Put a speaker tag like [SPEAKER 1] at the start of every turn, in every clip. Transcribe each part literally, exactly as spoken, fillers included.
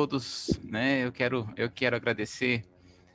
[SPEAKER 1] todos, né? Eu quero, eu quero agradecer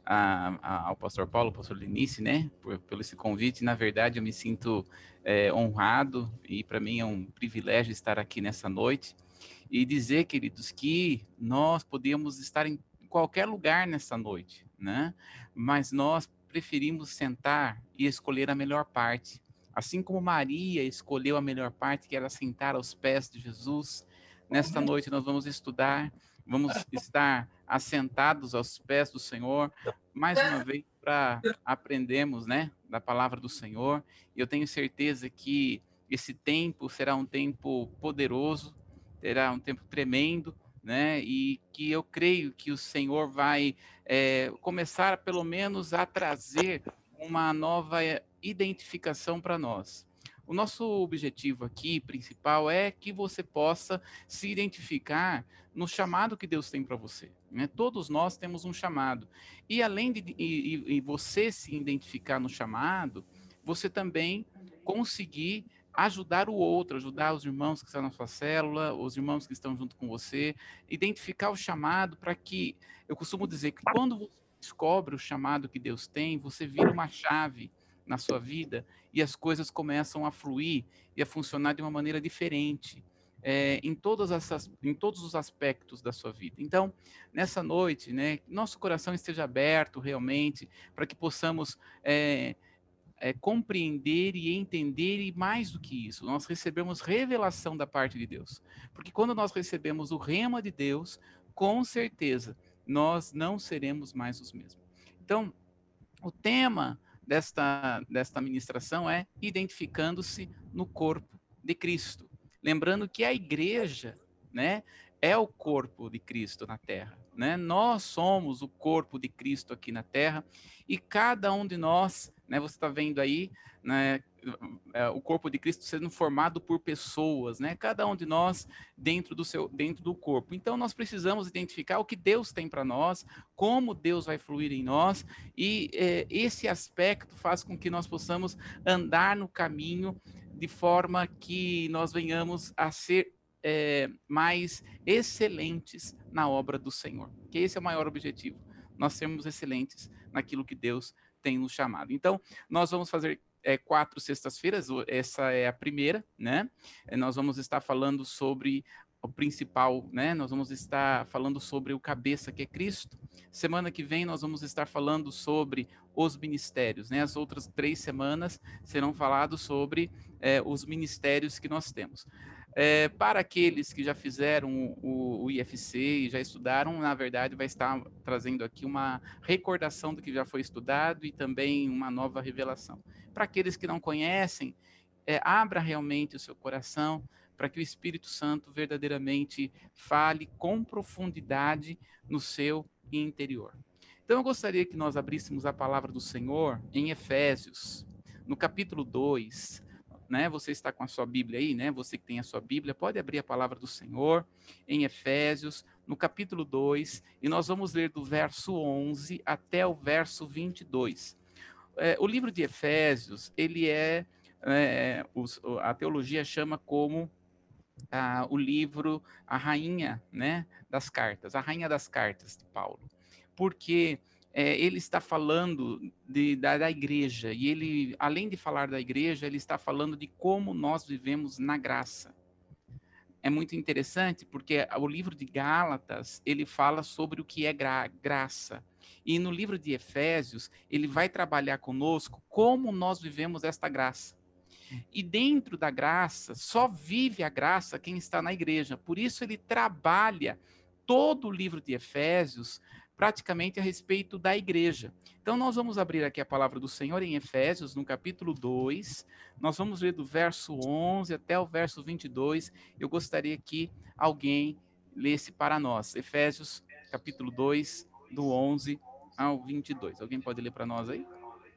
[SPEAKER 1] a, a, ao pastor Paulo, ao pastor Lenice, né? Por, pelo esse convite. Na verdade, eu me sinto é, honrado e para mim é um privilégio estar aqui nessa noite e dizer, queridos, que nós podíamos estar em qualquer lugar nessa noite, né? Mas nós preferimos sentar e escolher a melhor parte. Assim como Maria escolheu a melhor parte, que era sentar aos pés de Jesus, nesta noite nós vamos estudar, vamos estar assentados aos pés do Senhor, mais uma vez para aprendermos, né, da palavra do Senhor. E eu tenho certeza que esse tempo será um tempo poderoso, terá um tempo tremendo, né? E que eu creio que o Senhor vai é, começar, pelo menos, a trazer uma nova identificação para nós. O nosso objetivo aqui, principal, é que você possa se identificar no chamado que Deus tem para você, né? Todos nós temos um chamado. E além de e, e você se identificar no chamado, você também conseguir ajudar o outro, ajudar os irmãos que estão na sua célula, os irmãos que estão junto com você, identificar o chamado para que, eu costumo dizer que quando você descobre o chamado que Deus tem, você vira uma chave na sua vida e as coisas começam a fluir e a funcionar de uma maneira diferente. É, em, todas essas, em todos os aspectos da sua vida. Então, nessa noite, né, nosso coração esteja aberto realmente para que possamos é, é, compreender e entender, e mais do que isso, nós recebemos revelação da parte de Deus. Porque quando nós recebemos o rema de Deus, com certeza, nós não seremos mais os mesmos. Então, o tema desta, desta ministração é identificando-se no corpo de Cristo. Lembrando que a igreja, né, é o corpo de Cristo na terra, né? Nós somos o corpo de Cristo aqui na terra e cada um de nós, né, você está vendo aí, né, o corpo de Cristo sendo formado por pessoas, né? Cada um de nós dentro do seu, dentro do corpo. Então nós precisamos identificar o que Deus tem para nós, como Deus vai fluir em nós e é, esse aspecto faz com que nós possamos andar no caminho de forma que nós venhamos a ser é, mais excelentes na obra do Senhor. Que esse é o maior objetivo. Nós sermos excelentes naquilo que Deus tem nos chamado. Então, nós vamos fazer é, quatro sextas-feiras, essa é a primeira, né? Nós vamos estar falando sobre o principal, né? Nós vamos estar falando sobre o cabeça, que é Cristo. Semana que vem nós vamos estar falando sobre os ministérios, né? As outras três semanas serão falados sobre é, os ministérios que nós temos. É, para aqueles que já fizeram o, o I F C e já estudaram, na verdade vai estar trazendo aqui uma recordação do que já foi estudado e também uma nova revelação. Para aqueles que não conhecem, é, abra realmente o seu coração para que o Espírito Santo verdadeiramente fale com profundidade no seu interior. Então eu gostaria que nós abríssemos a palavra do Senhor em Efésios, no capítulo dois, né? Você está com a sua Bíblia aí, né? Você que tem a sua Bíblia, pode abrir a palavra do Senhor em Efésios, no capítulo dois, e nós vamos ler do verso onze até o verso vinte e dois. É, o livro de Efésios, ele é, é os, a teologia chama como ah, o livro, a rainha, né, das cartas, a rainha das cartas de Paulo, porque é, ele está falando de, da, da igreja, e ele, além de falar da igreja, ele está falando de como nós vivemos na graça. É muito interessante, porque o livro de Gálatas, ele fala sobre o que é gra graça, e no livro de Efésios, ele vai trabalhar conosco como nós vivemos esta graça. E dentro da graça, só vive a graça quem está na igreja. Por isso ele trabalha todo o livro de Efésios praticamente a respeito da igreja. Então nós vamos abrir aqui a palavra do Senhor em Efésios, no capítulo dois. Nós vamos ler do verso onze até o verso vinte e dois. Eu gostaria que alguém lesse para nós. Efésios, capítulo dois, do onze ao vinte e dois. Alguém pode ler para nós aí?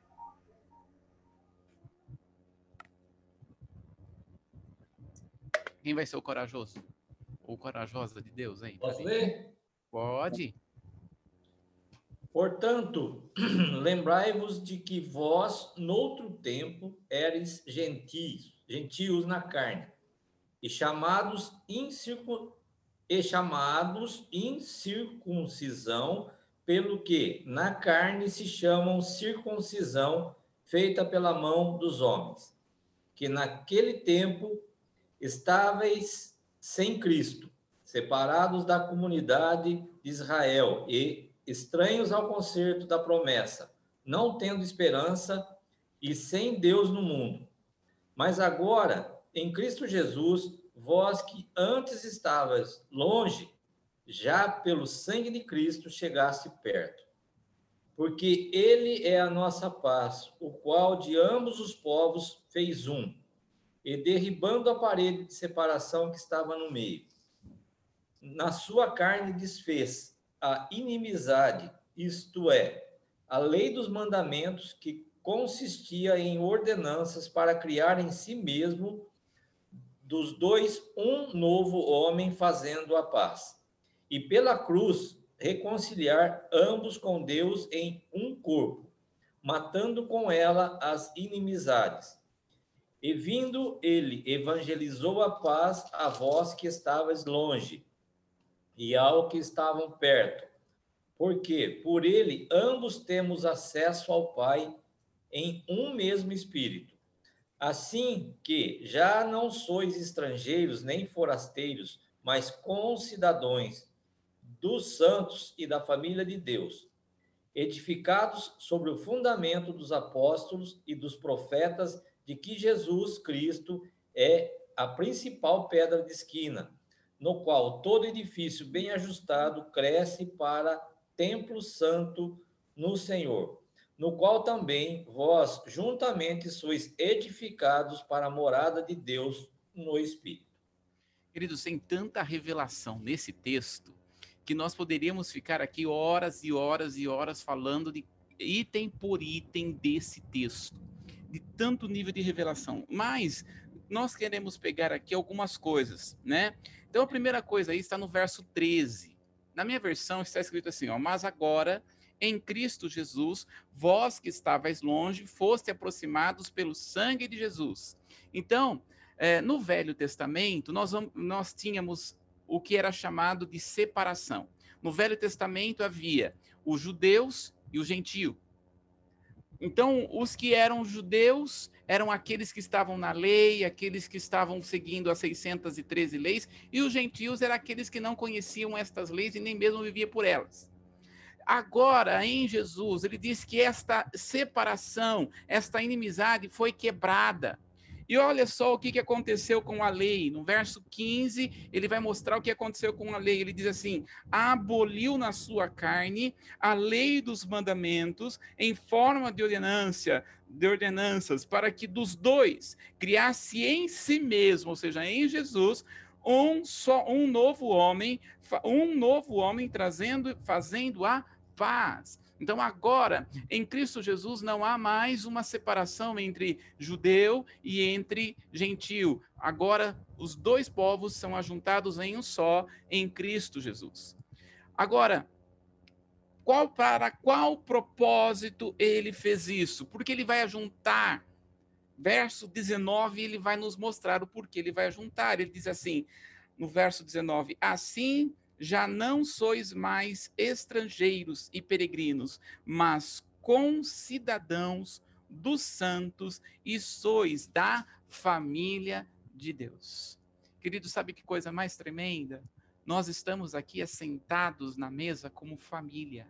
[SPEAKER 1] Quem vai ser o corajoso? Ou corajosa de Deus aí?
[SPEAKER 2] Posso ler?
[SPEAKER 1] Pode.
[SPEAKER 2] Portanto, lembrai-vos de que vós, noutro tempo, eres gentios, gentios na carne, e chamados incircun... e chamados incircuncisão, pelo que na carne se chamam circuncisão, feita pela mão dos homens, que naquele tempo estáveis sem Cristo, separados da comunidade de Israel e estranhos ao concerto da promessa, não tendo esperança e sem Deus no mundo. Mas agora, em Cristo Jesus, vós que antes estavas longe, já pelo sangue de Cristo chegaste perto. Porque ele é a nossa paz, o qual de ambos os povos fez um, e derribando a parede de separação que estava no meio, na sua carne desfez a inimizade, isto é, a lei dos mandamentos, que consistia em ordenanças para criar em si mesmo dos dois um novo homem, fazendo a paz, e pela cruz reconciliar ambos com Deus em um corpo, matando com ela as inimizades. E vindo ele, evangelizou a paz a vós que estavais longe, e ao que estavam perto, porque por ele ambos temos acesso ao Pai em um mesmo Espírito. Assim que já não sois estrangeiros nem forasteiros, mas concidadãos dos santos e da família de Deus, edificados sobre o fundamento dos apóstolos e dos profetas, de que Jesus Cristo é a principal pedra de esquina, no qual todo edifício bem ajustado cresce para templo santo no Senhor, no qual também vós juntamente sois edificados para a morada de Deus no Espírito.
[SPEAKER 1] Queridos, tem tanta revelação nesse texto que nós poderíamos ficar aqui horas e horas e horas falando de item por item desse texto, de tanto nível de revelação. Mas nós queremos pegar aqui algumas coisas, né? Então a primeira coisa aí está no verso treze. Na minha versão está escrito assim, ó: mas agora, em Cristo Jesus, vós que estavais longe, foste aproximados pelo sangue de Jesus. Então, é, no Velho Testamento, nós, nós tínhamos o que era chamado de separação. No Velho Testamento havia os judeus e o gentio. Então, os que eram judeus eram aqueles que estavam na lei, aqueles que estavam seguindo as seiscentas e treze leis, e os gentios eram aqueles que não conheciam estas leis e nem mesmo viviam por elas. Agora, em Jesus, ele diz que esta separação, esta inimizade foi quebrada. E olha só o que aconteceu com a lei. No verso quinze, ele vai mostrar o que aconteceu com a lei. Ele diz assim: aboliu na sua carne a lei dos mandamentos em forma de ordenância, de ordenanças, para que dos dois criasse em si mesmo, ou seja, em Jesus, um só, um novo homem, um novo homem trazendo, fazendo a paz. Então agora, em Cristo Jesus, não há mais uma separação entre judeu e entre gentio. Agora, os dois povos são ajuntados em um só, em Cristo Jesus. Agora, qual, para qual propósito ele fez isso? Porque ele vai ajuntar. Verso dezenove, ele vai nos mostrar o porquê ele vai ajuntar. Ele diz assim, no verso dezenove: assim já não sois mais estrangeiros e peregrinos, mas concidadãos dos santos e sois da família de Deus. Querido, sabe que coisa mais tremenda? Nós estamos aqui assentados na mesa como família.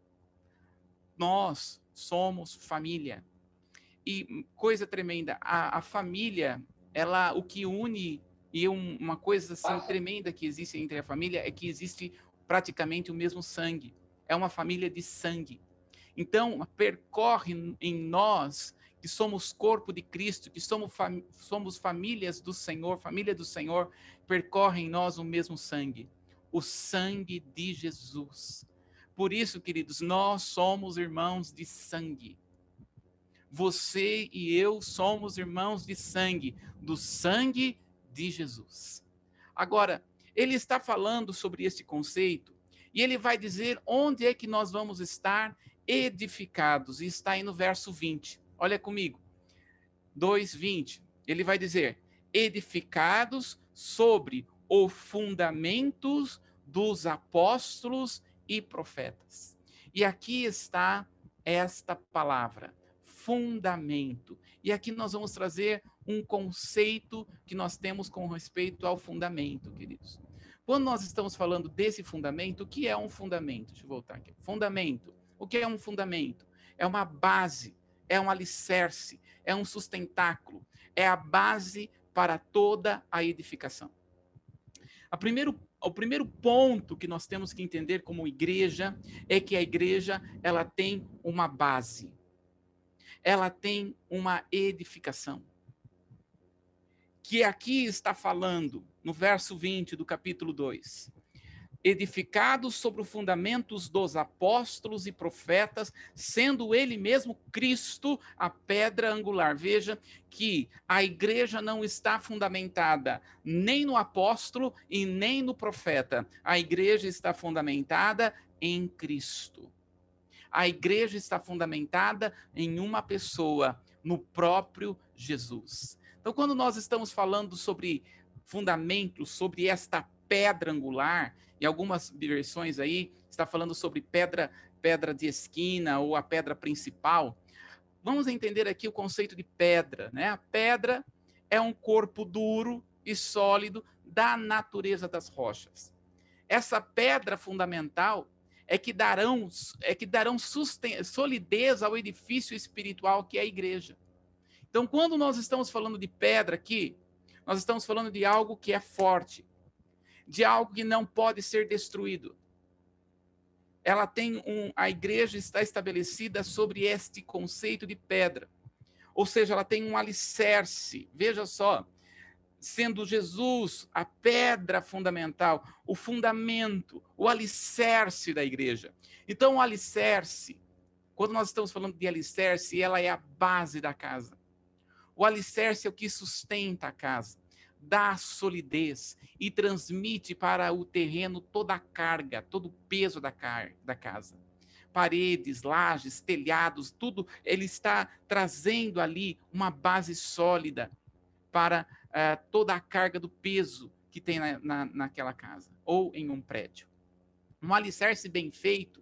[SPEAKER 1] Nós somos família. E coisa tremenda, a, a família, ela, o que une, e um, uma coisa assim tremenda que existe entre a família é que existe praticamente o mesmo sangue. É uma família de sangue. Então, percorre em nós, que somos corpo de Cristo, que somos, fam somos famílias do Senhor, família do Senhor, percorre em nós o mesmo sangue. O sangue de Jesus. Por isso, queridos, nós somos irmãos de sangue. Você e eu somos irmãos de sangue, do sangue de Jesus. Agora, ele está falando sobre este conceito e ele vai dizer onde é que nós vamos estar edificados. E está aí no verso vinte. Olha comigo. dois, vinte. Ele vai dizer: edificados sobre o fundamentos dos apóstolos e profetas. E aqui está esta palavra, fundamento. E aqui nós vamos trazer um conceito que nós temos com respeito ao fundamento, queridos. Quando nós estamos falando desse fundamento, o que é um fundamento? Deixa eu voltar aqui. Fundamento. O que é um fundamento? É uma base, é um alicerce, é um sustentáculo, é a base para toda a edificação. A primeiro, o primeiro ponto que nós temos que entender como igreja é que a igreja ela tem uma base, ela tem uma edificação. Que aqui está falando, no verso vinte do capítulo dois, edificados sobre os fundamentos dos apóstolos e profetas, sendo ele mesmo Cristo a pedra angular. Veja que a igreja não está fundamentada nem no apóstolo e nem no profeta. A igreja está fundamentada em Cristo. A igreja está fundamentada em uma pessoa, no próprio Jesus. Então, quando nós estamos falando sobre fundamentos, sobre esta pedra angular, em algumas versões aí, está falando sobre pedra, pedra de esquina ou a pedra principal. Vamos entender aqui o conceito de pedra, né? A pedra é um corpo duro e sólido da natureza das rochas. Essa pedra fundamental é que darão, é que darão susten- solidez ao edifício espiritual que é a igreja. Então, quando nós estamos falando de pedra aqui, nós estamos falando de algo que é forte, de algo que não pode ser destruído. Ela tem um, a igreja está estabelecida sobre este conceito de pedra. Ou seja, ela tem um alicerce. Veja só, sendo Jesus a pedra fundamental, o fundamento, o alicerce da igreja. Então, o alicerce, quando nós estamos falando de alicerce, ela é a base da casa. O alicerce é o que sustenta a casa, dá solidez e transmite para o terreno toda a carga, todo o peso da, car da casa. Paredes, lajes, telhados, tudo, ele está trazendo ali uma base sólida para uh, toda a carga do peso que tem na, na, naquela casa, ou em um prédio. Um alicerce bem feito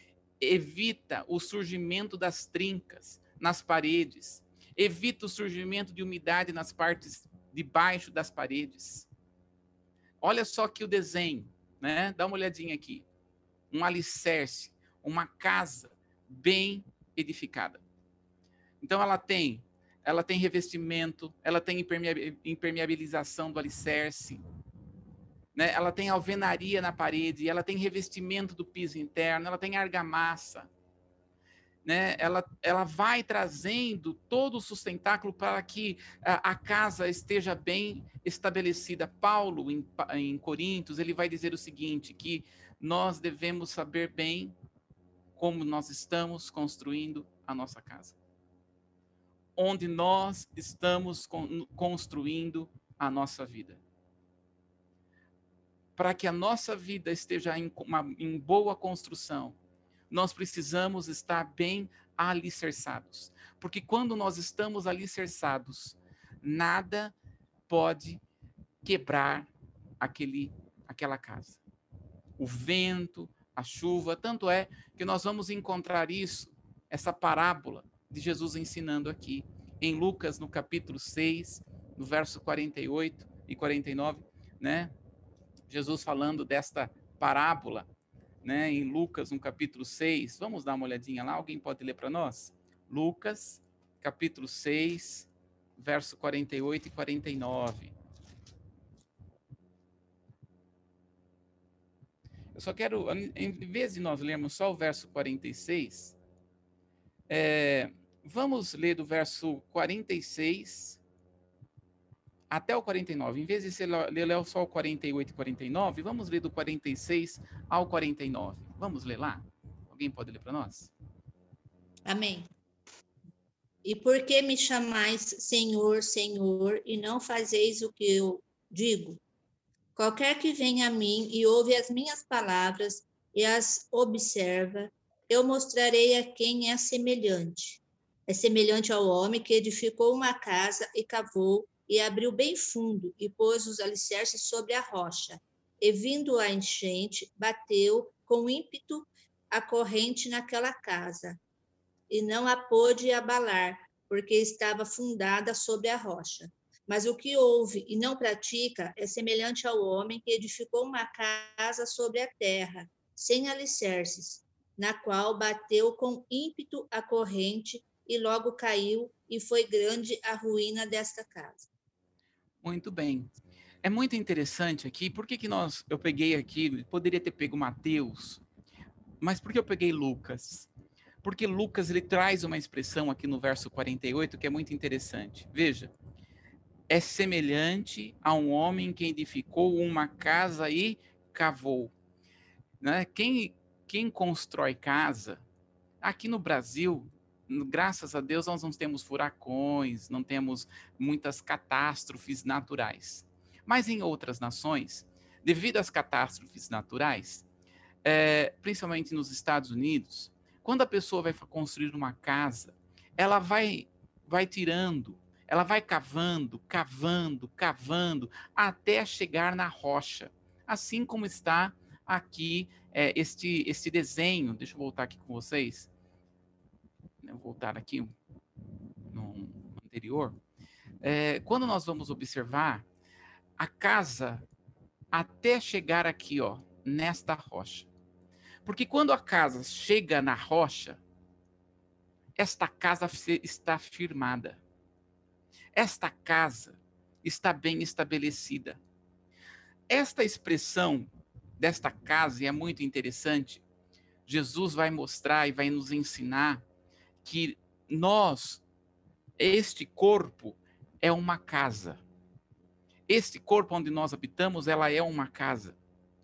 [SPEAKER 1] evita o surgimento das trincas nas paredes, evita o surgimento de umidade nas partes de baixo das paredes. Olha só aqui o desenho, né? Dá uma olhadinha aqui. Um alicerce, uma casa bem edificada. Então ela tem, ela tem revestimento, ela tem impermeabilização do alicerce, né? Ela tem alvenaria na parede, ela tem revestimento do piso interno, ela tem argamassa. Né, ela, ela vai trazendo todo o sustentáculo para que a, a casa esteja bem estabelecida. Paulo, em, em Coríntios, ele vai dizer o seguinte, que nós devemos saber bem como nós estamos construindo a nossa casa. Onde nós estamos con, construindo a nossa vida. Para que a nossa vida esteja em, uma, em boa construção, nós precisamos estar bem alicerçados. Porque quando nós estamos alicerçados, nada pode quebrar aquele, aquela casa. O vento, a chuva, tanto é que nós vamos encontrar isso, essa parábola de Jesus ensinando aqui, em Lucas, no capítulo seis, no verso quarenta e oito e quarenta e nove, né? Jesus falando desta parábola, né, em Lucas, no capítulo seis, vamos dar uma olhadinha lá, alguém pode ler para nós? Lucas, capítulo seis, verso quarenta e oito e quarenta e nove. Eu só quero, em vez de nós lermos só o verso quarenta e seis, é, vamos ler do verso quarenta e seis até o quarenta e nove. Em vez de ser ler só o quarenta e oito e quarenta e nove, vamos ler do quarenta e seis ao quarenta e nove. Vamos ler lá? Alguém pode ler para nós?
[SPEAKER 3] Amém. E por que me chamais Senhor, Senhor, e não fazeis o que eu digo? Qualquer que venha a mim e ouve as minhas palavras e as observa, eu mostrarei a quem é semelhante. É semelhante ao homem que edificou uma casa e cavou e abriu bem fundo e pôs os alicerces sobre a rocha. E vindo a enchente, bateu com ímpeto a corrente naquela casa, e não a pôde abalar, porque estava fundada sobre a rocha. Mas o que ouve e não pratica é semelhante ao homem que edificou uma casa sobre a terra, sem alicerces, na qual bateu com ímpeto a corrente e logo caiu, e foi grande a ruína desta casa.
[SPEAKER 1] Muito bem. É muito interessante aqui. Por que que nós, eu peguei aqui, poderia ter pego Mateus, mas por que eu peguei Lucas? Porque Lucas, ele traz uma expressão aqui no verso quarenta e oito que é muito interessante. Veja, é semelhante a um homem que edificou uma casa e cavou. Né? Quem, quem constrói casa, aqui no Brasil, graças a Deus, nós não temos furacões, não temos muitas catástrofes naturais. Mas em outras nações, devido às catástrofes naturais, é, principalmente nos Estados Unidos, quando a pessoa vai construir uma casa, ela vai, vai tirando, ela vai cavando, cavando, cavando, até chegar na rocha. Assim como está aqui é, este, este desenho. Deixa eu voltar aqui com vocês. Vou voltar aqui no anterior. É, quando nós vamos observar a casa até chegar aqui, ó, nesta rocha. Porque quando a casa chega na rocha, esta casa está firmada. Esta casa está bem estabelecida. Esta expressão desta casa é muito interessante. Jesus vai mostrar e vai nos ensinar que nós, este corpo, é uma casa. Este corpo onde nós habitamos, ela é uma casa.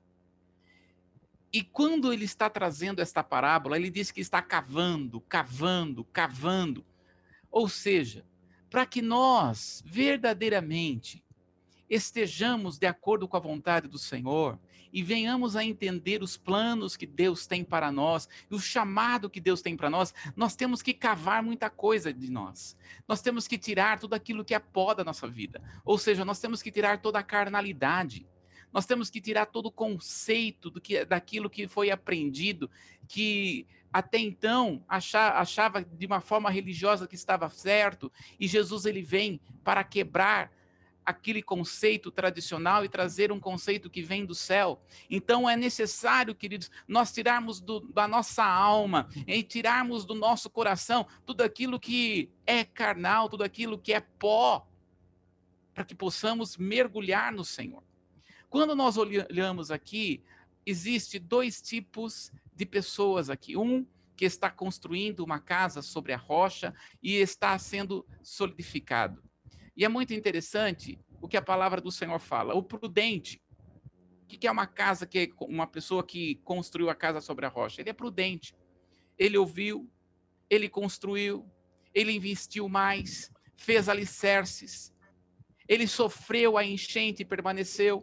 [SPEAKER 1] E quando ele está trazendo esta parábola, ele diz que está cavando, cavando, cavando. Ou seja, para que nós verdadeiramente estejamos de acordo com a vontade do Senhor e venhamos a entender os planos que Deus tem para nós, e o chamado que Deus tem para nós, nós temos que cavar muita coisa de nós. Nós temos que tirar tudo aquilo que é pó da nossa vida. Ou seja, nós temos que tirar toda a carnalidade. Nós temos que tirar todo o conceito do que, daquilo que foi aprendido, que até então achava, achava de uma forma religiosa que estava certo, e Jesus ele vem para quebrar aquele conceito tradicional e trazer um conceito que vem do céu. Então é necessário, queridos, nós tirarmos do, da nossa alma e tirarmos do nosso coração tudo aquilo que é carnal, tudo aquilo que é pó, para que possamos mergulhar no Senhor. Quando nós olhamos aqui, existe dois tipos de pessoas aqui. Um que está construindo uma casa sobre a rocha e está sendo solidificado. E é muito interessante o que a palavra do Senhor fala. O prudente, o que é uma casa que é uma pessoa que construiu a casa sobre a rocha? Ele é prudente. Ele ouviu, ele construiu, ele investiu mais, fez alicerces. Ele sofreu a enchente e permaneceu.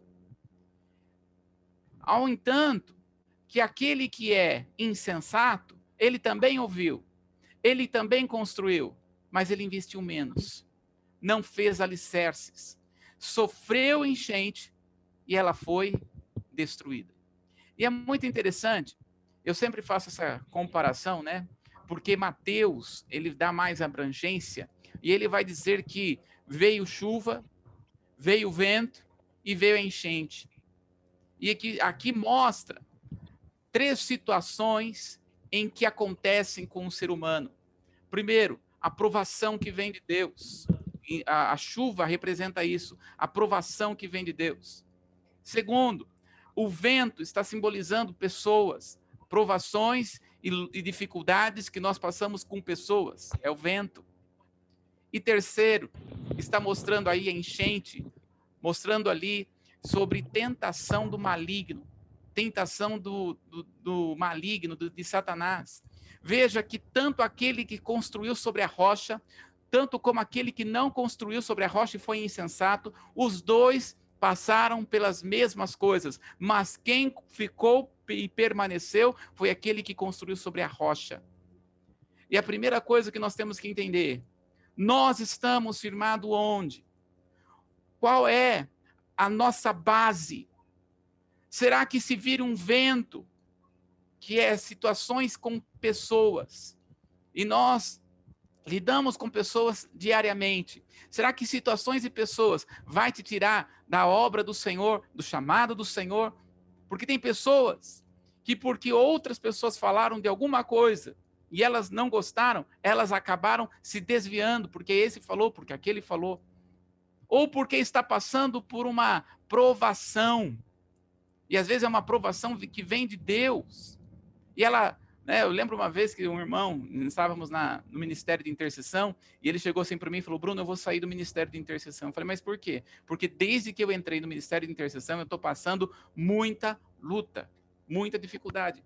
[SPEAKER 1] Ao entanto, que aquele que é insensato, ele também ouviu, ele também construiu, mas ele investiu menos, não fez alicerces, sofreu enchente e ela foi destruída. E é muito interessante, eu sempre faço essa comparação, né? Porque Mateus, ele dá mais abrangência e ele vai dizer que veio chuva, veio vento e veio a enchente. E aqui, aqui mostra três situações em que acontecem com o ser humano. Primeiro, a provação que vem de Deus. A, a chuva representa isso, a provação que vem de Deus. Segundo, o vento está simbolizando pessoas, provações e, e dificuldades que nós passamos com pessoas, é o vento. E terceiro, está mostrando aí a enchente, mostrando ali sobre tentação do maligno, tentação do, do, do maligno, do, de Satanás. Veja que tanto aquele que construiu sobre a rocha, tanto como aquele que não construiu sobre a rocha e foi insensato, os dois passaram pelas mesmas coisas, mas quem ficou e permaneceu foi aquele que construiu sobre a rocha. E a primeira coisa que nós temos que entender, nós estamos firmados onde? Qual é a nossa base? Será que se vir um vento, que é situações com pessoas, e nós lidamos com pessoas diariamente, será que situações e pessoas vai te tirar da obra do Senhor, do chamado do Senhor? Porque tem pessoas que, porque outras pessoas falaram de alguma coisa e elas não gostaram, elas acabaram se desviando, porque esse falou, porque aquele falou. Ou porque está passando por uma provação. E às vezes é uma provação que vem de Deus. E ela, né, eu lembro uma vez que um irmão, estávamos na, no Ministério de Intercessão, e ele chegou assim para mim e falou: Bruno, eu vou sair do Ministério de Intercessão. Eu falei: mas por quê? Porque desde que eu entrei no Ministério de Intercessão, eu estou passando muita luta, muita dificuldade.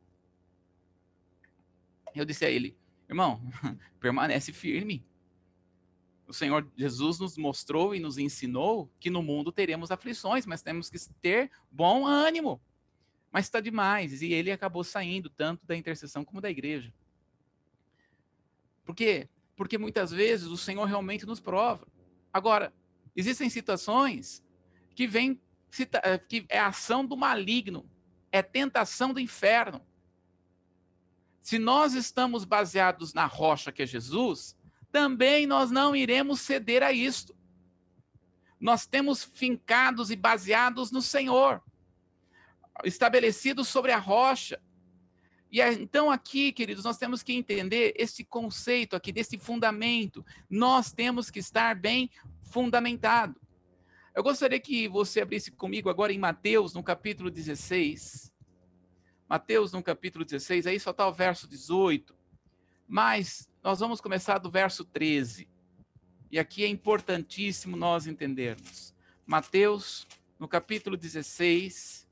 [SPEAKER 1] Eu disse a ele: irmão, permanece firme. O Senhor Jesus nos mostrou e nos ensinou que no mundo teremos aflições, mas temos que ter bom ânimo. Mas está demais. E ele acabou saindo tanto da intercessão como da igreja. Por quê? Porque muitas vezes o Senhor realmente nos prova. Agora, existem situações que vem, que é ação do maligno, é tentação do inferno. Se nós estamos baseados na rocha que é Jesus, também nós não iremos ceder a isto. Nós temos fincados e baseados no Senhor, estabelecidos sobre a rocha. E então aqui, queridos, nós temos que entender esse conceito aqui, desse fundamento. Nós temos que estar bem fundamentado. Eu gostaria que você abrisse comigo agora em Mateus, no capítulo dezesseis. Mateus, no capítulo dezesseis, aí só está o verso dezoito. Mas nós vamos começar do verso treze. E aqui é importantíssimo nós entendermos. Mateus, no capítulo dezesseis,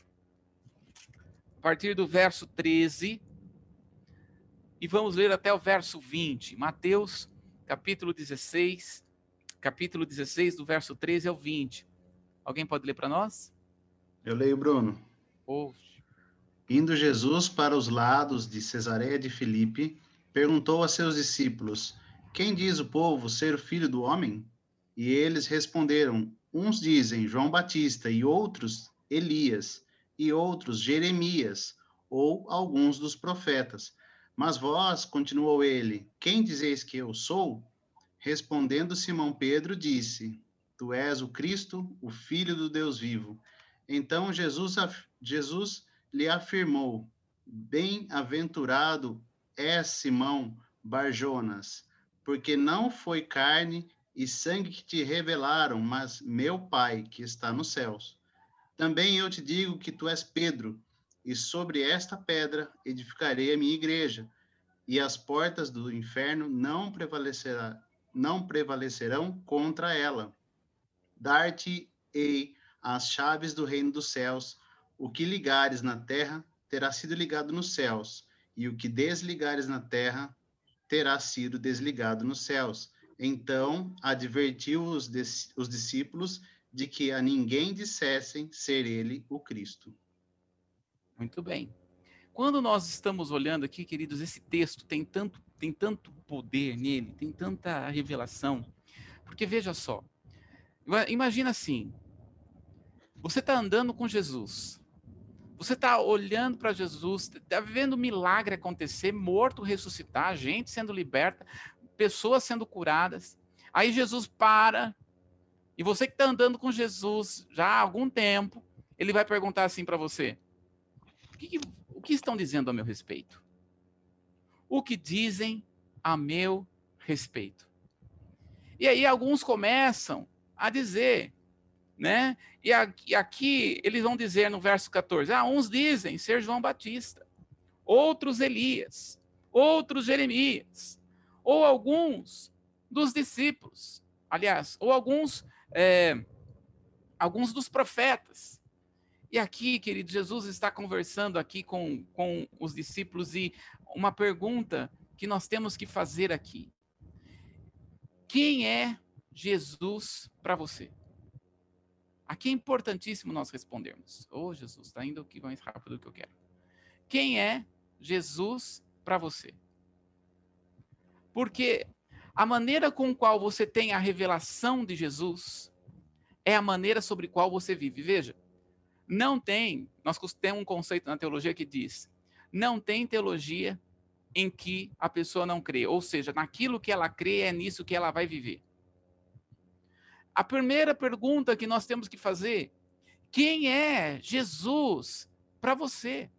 [SPEAKER 1] a partir do verso treze, e vamos ler até o verso vinte. Mateus, capítulo dezesseis, capítulo dezesseis, do verso treze ao vinte. Alguém pode ler para nós?
[SPEAKER 4] Eu leio, Bruno.
[SPEAKER 1] Oh.
[SPEAKER 4] Indo Jesus para os lados de Cesareia de Filipe, perguntou a seus discípulos: quem diz o povo ser o filho do homem? E eles responderam: uns dizem João Batista, e outros Elias, e outros Jeremias, ou alguns dos profetas. Mas vós, continuou ele, quem dizeis que eu sou? Respondendo Simão Pedro, disse: tu és o Cristo, o Filho do Deus vivo. Então Jesus, Jesus lhe afirmou: bem-aventurado és Simão Barjonas, porque não foi carne e sangue que te revelaram, mas meu Pai que está nos céus. Também eu te digo que tu és Pedro, e sobre esta pedra edificarei a minha igreja, e as portas do inferno não prevalecerá, não prevalecerão contra ela. Dar-te-ei as chaves do reino dos céus. O que ligares na terra terá sido ligado nos céus, e o que desligares na terra terá sido desligado nos céus. Então advertiu os, os discípulos de que a ninguém dissessem ser ele o Cristo.
[SPEAKER 1] Muito bem. Quando nós estamos olhando aqui, queridos, esse texto tem tanto, tem tanto poder nele, tem tanta revelação, porque veja só, imagina assim, você está andando com Jesus, você está olhando para Jesus, está vendo milagre acontecer, morto ressuscitar, gente sendo liberta, pessoas sendo curadas. Aí Jesus para, e você que está andando com Jesus já há algum tempo, ele vai perguntar assim para você: o que, o que estão dizendo a meu respeito? O que dizem a meu respeito? E aí alguns começam a dizer, né? E aqui, aqui eles vão dizer no verso quatorze, ah, uns dizem ser João Batista, outros Elias, outros Jeremias, ou alguns dos discípulos, aliás, ou alguns, é, alguns dos profetas. E aqui, querido, Jesus está conversando aqui com, com os discípulos, e uma pergunta que nós temos que fazer aqui: quem é Jesus para você? Aqui é importantíssimo nós respondermos. Oh, Jesus, está indo aqui mais rápido do que eu quero. Quem é Jesus para você? Porque a maneira com qual você tem a revelação de Jesus é a maneira sobre qual você vive. Veja, Não tem, nós temos um conceito na teologia que diz, não tem teologia em que a pessoa não crê, ou seja, naquilo que ela crê é nisso que ela vai viver. A primeira pergunta que nós temos que fazer, quem é Jesus para você?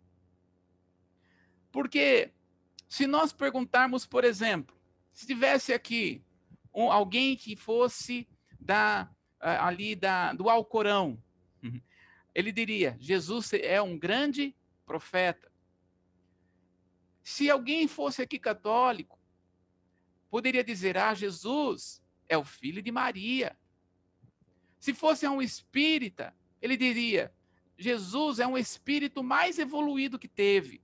[SPEAKER 1] Porque se nós perguntarmos, por exemplo, se tivesse aqui um, alguém que fosse da, ali da, do Alcorão, ele diria, Jesus é um grande profeta. Se alguém fosse aqui católico, poderia dizer, ah, Jesus é o filho de Maria. Se fosse um espírita, ele diria, Jesus é um espírito mais evoluído que teve.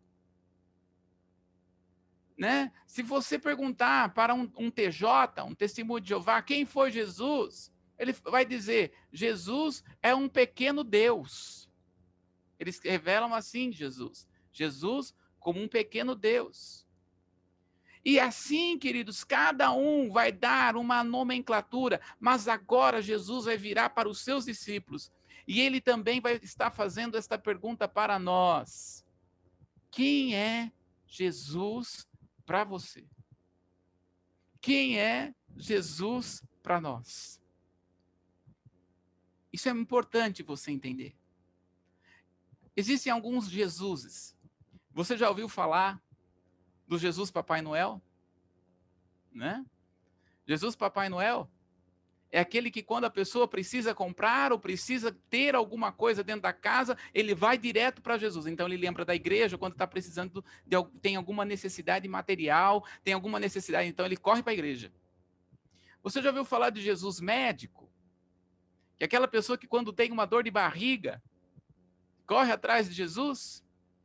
[SPEAKER 1] Né? Se você perguntar para um, um T J, um testemunho de Jeová, quem foi Jesus? Ele vai dizer, Jesus é um pequeno Deus. Eles revelam assim Jesus. Jesus como um pequeno Deus. E assim, queridos, cada um vai dar uma nomenclatura, mas agora Jesus vai virar para os seus discípulos. E ele também vai estar fazendo esta pergunta para nós. Quem é Jesus para você? Quem é Jesus para nós? Isso é importante você entender. Existem alguns Jesuses. Você já ouviu falar do Jesus Papai Noel? Né? Jesus Papai Noel é aquele que quando a pessoa precisa comprar ou precisa ter alguma coisa dentro da casa, ele vai direto para Jesus. Então ele lembra da igreja quando está precisando, de, tem alguma necessidade material, tem alguma necessidade, então ele corre para a igreja. Você já ouviu falar de Jesus médico? Que é aquela pessoa que quando tem uma dor de barriga, corre atrás de Jesus?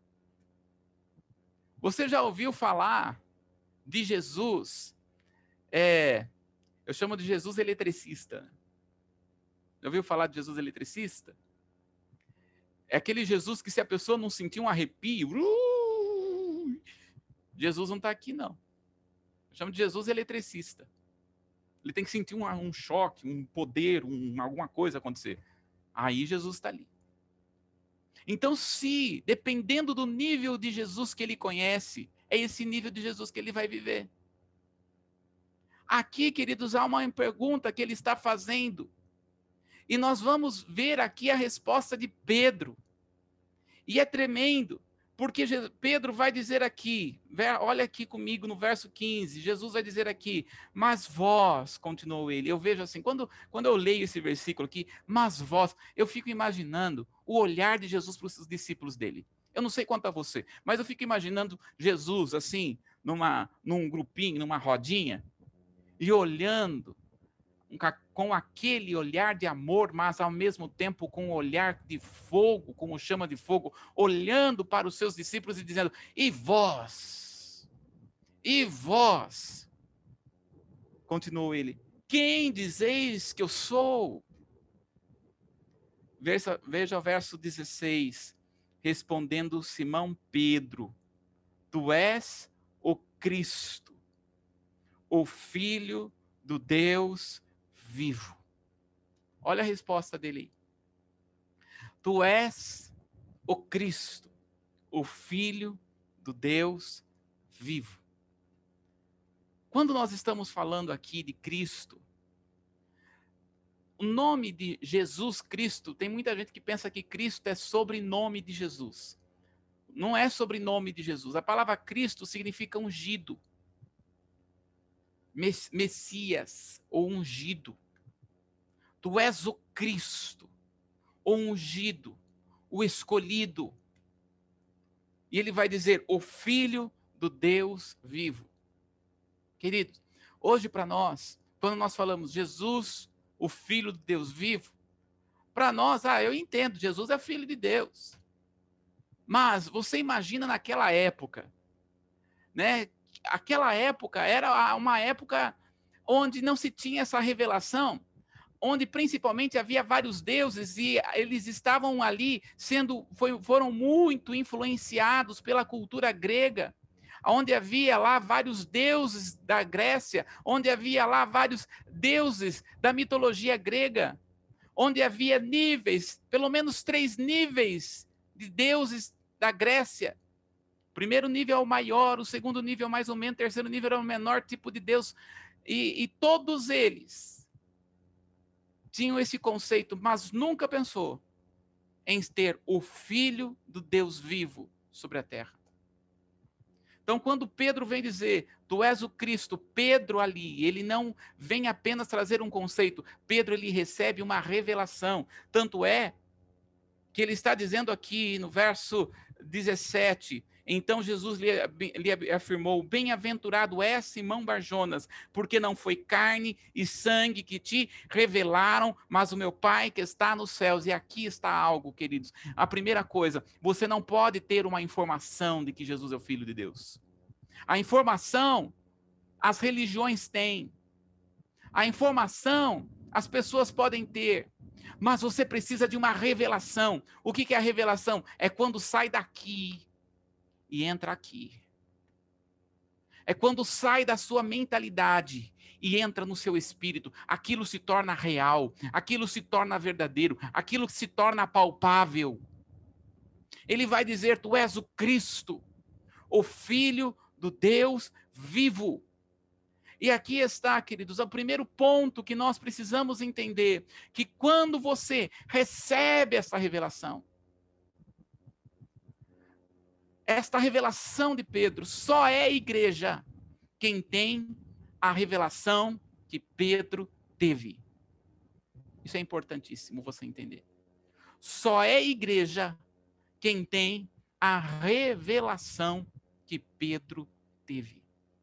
[SPEAKER 1] Você já ouviu falar de Jesus, é, eu chamo de Jesus eletricista. Já ouviu falar de Jesus eletricista? É aquele Jesus que se a pessoa não sentir um arrepio, uh, Jesus não está aqui não. Eu chamo de Jesus eletricista. Ele tem que sentir um, um choque, um poder, um, alguma coisa acontecer. Aí Jesus está ali. Então, se, dependendo do nível de Jesus que ele conhece, é esse nível de Jesus que ele vai viver. Aqui, queridos, há uma pergunta que ele está fazendo. E nós vamos ver aqui a resposta de Pedro. E é tremendo, porque Pedro vai dizer aqui, olha aqui comigo no verso quinze, Jesus vai dizer aqui, mas vós, continuou ele, eu vejo assim, quando, quando eu leio esse versículo aqui, mas vós, eu fico imaginando o olhar de Jesus para os discípulos dele. Eu não sei quanto a você, mas eu fico imaginando Jesus assim, numa, num grupinho, numa rodinha, e olhando com aquele olhar de amor, mas ao mesmo tempo com um olhar de fogo, como chama de fogo, olhando para os seus discípulos e dizendo, e vós? E vós? Continuou ele, quem dizeis que eu sou? Veja, veja o verso dezesseis, respondendo Simão Pedro, tu és o Cristo, o Filho do Deus vivo. Olha a resposta dele aí. Tu és o Cristo, o Filho do Deus vivo. Quando nós estamos falando aqui de Cristo, o nome de Jesus Cristo, tem muita gente que pensa que Cristo é sobrenome de Jesus. Não é sobrenome de Jesus. A palavra Cristo significa ungido. Messias, ou ungido. Tu és o Cristo, o ungido, o escolhido. E ele vai dizer, o Filho do Deus vivo. Queridos, hoje para nós, quando nós falamos Jesus, o Filho do Deus vivo, para nós, ah, eu entendo, Jesus é Filho de Deus. Mas você imagina naquela época, né? Aquela época era uma época onde não se tinha essa revelação, onde principalmente havia vários deuses e eles estavam ali sendo, foi, foram muito influenciados pela cultura grega, onde havia lá vários deuses da Grécia, onde havia lá vários deuses da mitologia grega. onde havia níveis, pelo menos três níveis de deuses da Grécia. O primeiro nível é o maior, o segundo nível mais ou menos, o terceiro nível é o menor tipo de Deus. E, e todos eles tinham esse conceito, mas nunca pensou em ter o Filho do Deus vivo sobre a terra. Então, quando Pedro vem dizer, tu és o Cristo, Pedro ali, ele não vem apenas trazer um conceito, Pedro ele recebe uma revelação. Tanto é que ele está dizendo aqui no verso dezessete, então Jesus lhe, lhe afirmou, bem-aventurado és Simão Barjonas, porque não foi carne e sangue que te revelaram, mas o meu Pai que está nos céus. E aqui está algo, queridos. A primeira coisa, você não pode ter uma informação de que Jesus é o Filho de Deus. A informação, as religiões têm. A informação, as pessoas podem ter. Mas você precisa de uma revelação. O que é a revelação? É quando sai daqui e entra aqui. É quando sai da sua mentalidade e entra no seu espírito. Aquilo se torna real, aquilo se torna verdadeiro, aquilo se torna palpável. Ele vai dizer, tu és o Cristo, o Filho do Deus vivo. E aqui está, queridos, o primeiro ponto que nós precisamos entender, que quando você recebe essa revelação, esta revelação de Pedro, só é igreja quem tem a revelação que Pedro teve. Isso é importantíssimo você entender. Só é igreja quem tem a revelação que Pedro teve.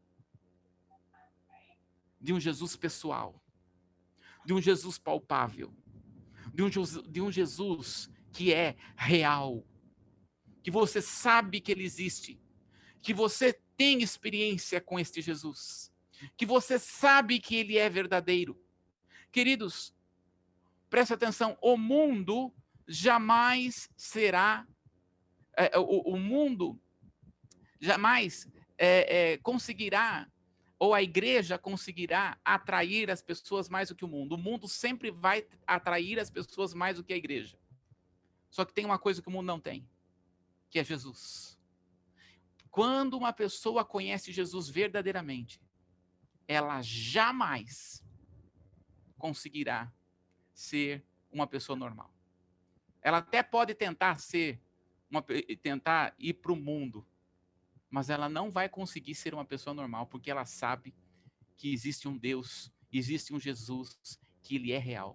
[SPEAKER 1] De um Jesus pessoal, de um Jesus palpável, de um, de um Jesus que é real, que você sabe que ele existe, que você tem experiência com este Jesus, que você sabe que ele é verdadeiro. Queridos, preste atenção, o mundo jamais será, é, o, o mundo jamais é, é, conseguirá, ou a igreja conseguirá atrair as pessoas mais do que o mundo. O mundo sempre vai atrair as pessoas mais do que a igreja. Só que tem uma coisa que o mundo não tem, que é Jesus. Quando uma pessoa conhece Jesus verdadeiramente, ela jamais conseguirá ser uma pessoa normal. Ela até pode tentar ser, uma, tentar ir para o mundo, mas ela não vai conseguir ser uma pessoa normal, porque ela sabe que existe um Deus, existe um Jesus, que ele é real.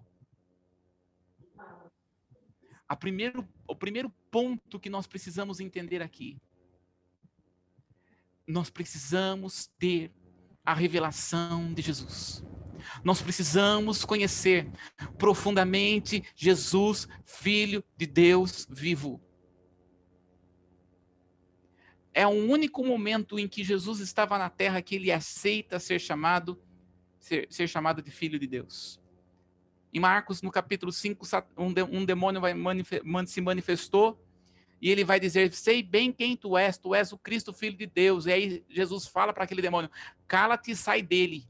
[SPEAKER 1] A primeiro, o primeiro ponto que nós precisamos entender aqui, nós precisamos ter a revelação de Jesus. Nós precisamos conhecer profundamente Jesus, Filho de Deus vivo. É o único momento em que Jesus estava na terra que ele aceita ser chamado, ser, ser chamado de Filho de Deus. Em Marcos, no capítulo cinco, um demônio vai manif- se manifestou e ele vai dizer, sei bem quem tu és, tu és o Cristo, Filho de Deus. E aí Jesus fala para aquele demônio, cala-te e sai dele.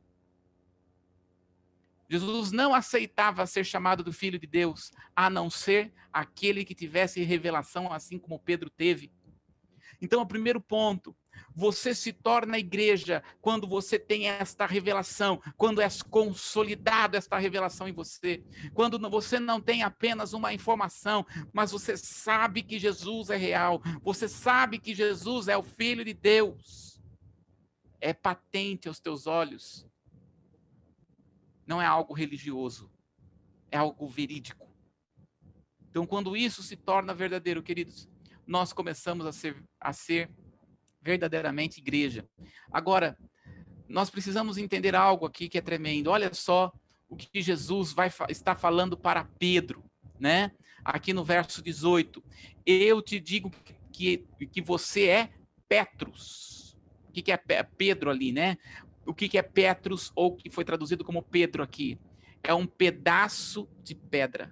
[SPEAKER 1] Jesus não aceitava ser chamado do Filho de Deus, a não ser aquele que tivesse revelação, assim como Pedro teve. Então, o primeiro ponto, você se torna igreja quando você tem esta revelação, quando é consolidado esta revelação em você, quando você não tem apenas uma informação, mas você sabe que Jesus é real, você sabe que Jesus é o Filho de Deus, é patente aos teus olhos, não é algo religioso, é algo verídico. Então, quando isso se torna verdadeiro, queridos, nós começamos a ser, a ser verdadeiramente igreja. Agora, nós precisamos entender algo aqui que é tremendo. Olha só o que Jesus vai, está falando para Pedro, né? Aqui no verso dezoito. Eu te digo que, que você é Petrus. O que, que é Pedro ali, né? O que, que é Petrus, ou que foi traduzido como Pedro aqui? É um pedaço de pedra.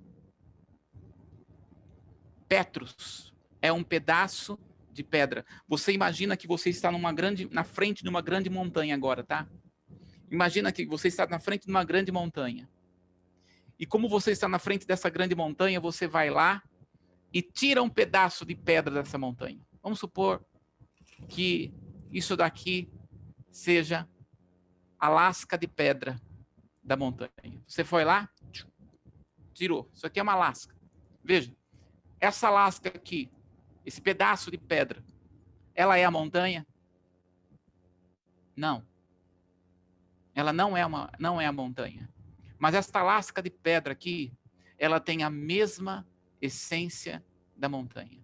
[SPEAKER 1] Petrus é um pedaço de pedra. Você imagina que você está numa grande, na frente de uma grande montanha agora, tá? Imagina que você está na frente de uma grande montanha. E como você está na frente dessa grande montanha, você vai lá e tira um pedaço de pedra dessa montanha. Vamos supor que isso daqui seja a lasca de pedra da montanha. Você foi lá, tirou. Isso aqui é uma lasca. Veja, essa lasca aqui, esse pedaço de pedra, ela é a montanha? Não. Ela não é, uma, não é a montanha. Mas esta lasca de pedra aqui, ela tem a mesma essência da montanha.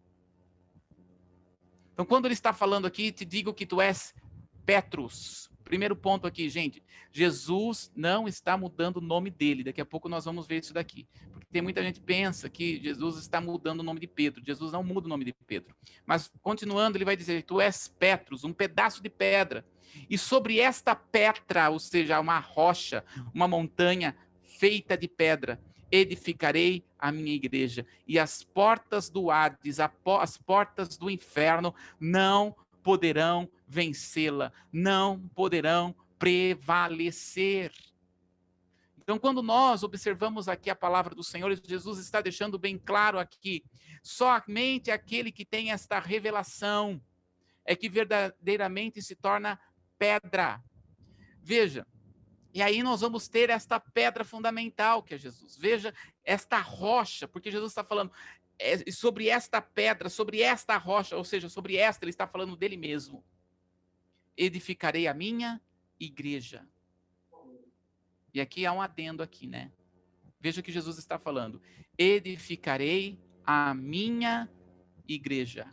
[SPEAKER 1] Então, quando ele está falando aqui, te digo que tu és Petrus. Primeiro ponto aqui, gente. Jesus não está mudando o nome dele. Daqui a pouco nós vamos ver isso daqui. Porque tem muita gente que pensa que Jesus está mudando o nome de Pedro. Jesus não muda o nome de Pedro. Mas, continuando, ele vai dizer, tu és Petrus, um pedaço de pedra. E sobre esta pedra, ou seja, uma rocha, uma montanha feita de pedra, edificarei a minha igreja. E as portas do Hades, as portas do inferno, não poderão vencê-la, não poderão prevalecer. Então, quando nós observamos aqui a palavra do Senhor, Jesus está deixando bem claro aqui, somente aquele que tem esta revelação é que verdadeiramente se torna pedra. Veja, e aí nós vamos ter esta pedra fundamental que é Jesus. Veja, esta rocha, porque Jesus está falando é, sobre esta pedra, sobre esta rocha, ou seja, sobre esta, ele está falando dele mesmo. Edificarei a minha igreja. E aqui há um adendo aqui, né? Veja o que Jesus está falando. Edificarei a minha igreja.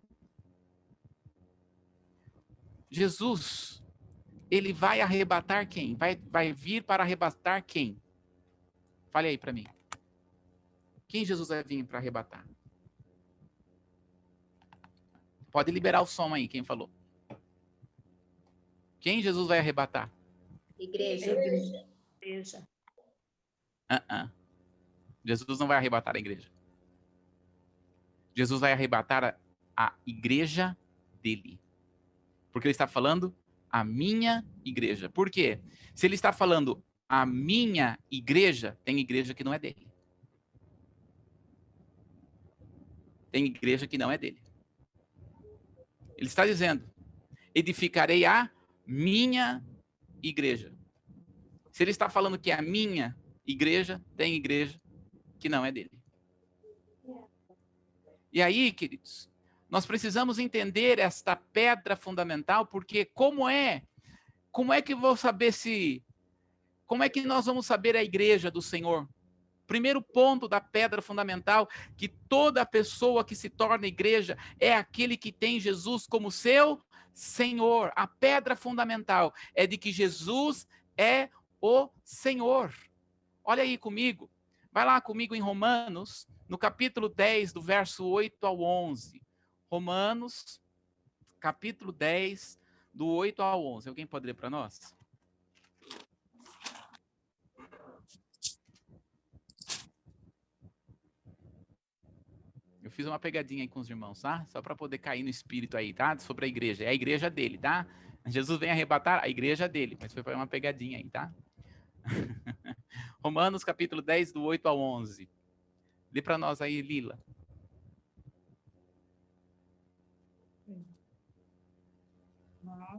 [SPEAKER 1] Jesus, ele vai arrebatar quem? Vai, vai vir para arrebatar quem? Fale aí para mim. Quem Jesus vai vir para arrebatar? Pode liberar o som aí, quem falou. Quem Jesus vai arrebatar?
[SPEAKER 3] Igreja. Igreja.
[SPEAKER 1] Uh-uh. Jesus não vai arrebatar a igreja. Jesus vai arrebatar a, a igreja dele. Porque ele está falando a minha igreja. Por quê? Se ele está falando a minha igreja, tem igreja que não é dele. Tem igreja que não é dele. Ele está dizendo, edificarei a minha igreja. Se ele está falando que é a minha igreja, tem igreja que não é dele. E aí, queridos, nós precisamos entender esta pedra fundamental, porque como é, como é que eu vou saber se, como é que nós vamos saber a igreja do Senhor? Primeiro ponto da pedra fundamental, que toda pessoa que se torna igreja é aquele que tem Jesus como seu Senhor. A pedra fundamental é de que Jesus é o Senhor. Olha aí comigo, vai lá comigo em Romanos, no capítulo dez, do verso oito ao onze. Romanos, capítulo dez, do oito ao onze. Alguém pode ler para nós? Eu fiz uma pegadinha aí com os irmãos, tá? Só para poder cair no espírito aí, tá? Sobre a igreja. É a igreja dele, tá? Jesus vem arrebatar a igreja dele, mas foi para uma pegadinha aí, tá? Romanos, capítulo dez, do oito ao onze. Lê para nós aí, Lila.
[SPEAKER 5] Mas,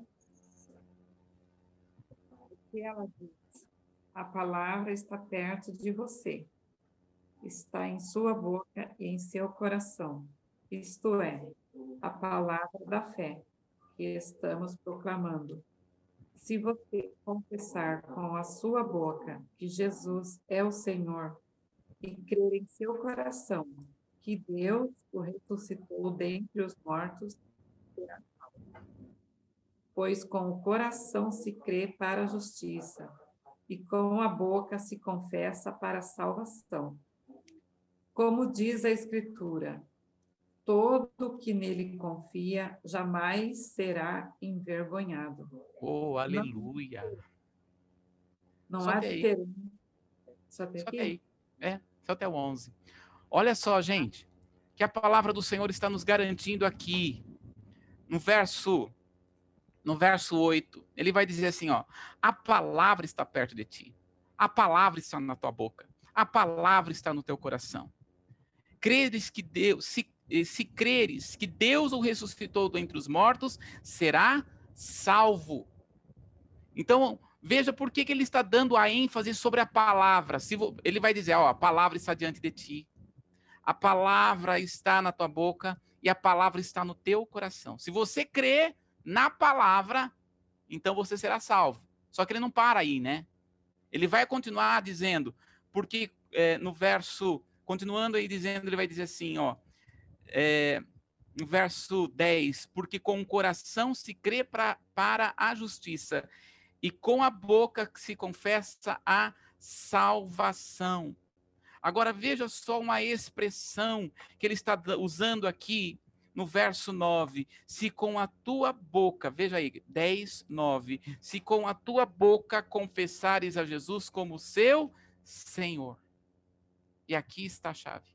[SPEAKER 5] o que ela diz? A palavra está perto de você. Está em sua boca e em seu coração. Isto é, a palavra da fé que estamos proclamando. Se você confessar com a sua boca que Jesus é o Senhor e crer em seu coração que Deus o ressuscitou dentre os mortos, será salvo. Pois com o coração se crê para a justiça e com a boca se confessa para a salvação. Como diz a Escritura, todo que nele confia jamais será envergonhado.
[SPEAKER 1] Oh, aleluia.
[SPEAKER 5] Não, não
[SPEAKER 1] só
[SPEAKER 5] há
[SPEAKER 1] até
[SPEAKER 5] diferença. Só até
[SPEAKER 1] só
[SPEAKER 5] aqui?
[SPEAKER 1] até aí. É, só até o onze. Olha só, gente, que a palavra do Senhor está nos garantindo aqui, no verso, no verso oito, ele vai dizer assim, ó, a palavra está perto de ti, a palavra está na tua boca. a palavra está no teu coração. Creres que Deus, se, se creres que Deus o ressuscitou dentre os mortos, será salvo. Então, veja por que, que ele está dando a ênfase sobre a palavra. Se vo, ele vai dizer, ó, a palavra está diante de ti. A palavra está na tua boca e a palavra está no teu coração. Se você crê na palavra, então você será salvo. Só que ele não para aí, né? Ele vai continuar dizendo, porque é, no verso, continuando aí dizendo, ele vai dizer assim, ó, é, no verso dez, porque com o coração se crê pra, para a justiça e com a boca se confessa a salvação. Agora veja só uma expressão que ele está usando aqui no verso nove. Se com a tua boca, veja aí, dez, nove. Se com a tua boca confessares a Jesus como seu Senhor. E aqui está a chave.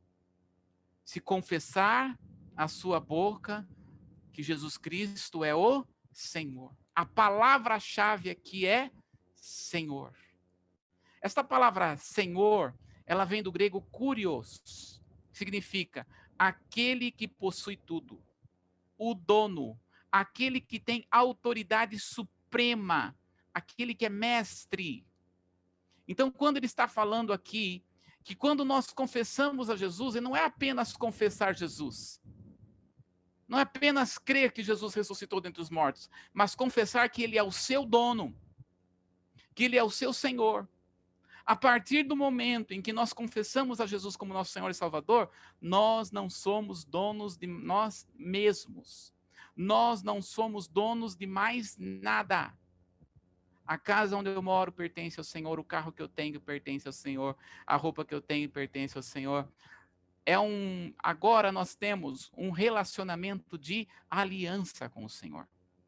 [SPEAKER 1] Se confessar a sua boca que Jesus Cristo é o Senhor. A palavra-chave aqui é Senhor. Esta palavra Senhor, ela vem do grego kurios, significa aquele que possui tudo, o dono, aquele que tem autoridade suprema, aquele que é mestre. Então, quando ele está falando aqui, que quando nós confessamos a Jesus, não é apenas confessar Jesus, não é apenas crer que Jesus ressuscitou dentre os mortos, mas confessar que ele é o seu dono, que ele é o seu Senhor. A partir do momento em que nós confessamos a Jesus como nosso Senhor e Salvador, nós não somos donos de nós mesmos. Nós não somos donos de mais nada. A casa onde eu moro pertence ao Senhor, o carro que eu tenho pertence ao Senhor, a roupa que eu tenho pertence ao Senhor. É um, agora nós temos um relacionamento de aliança com o Senhor.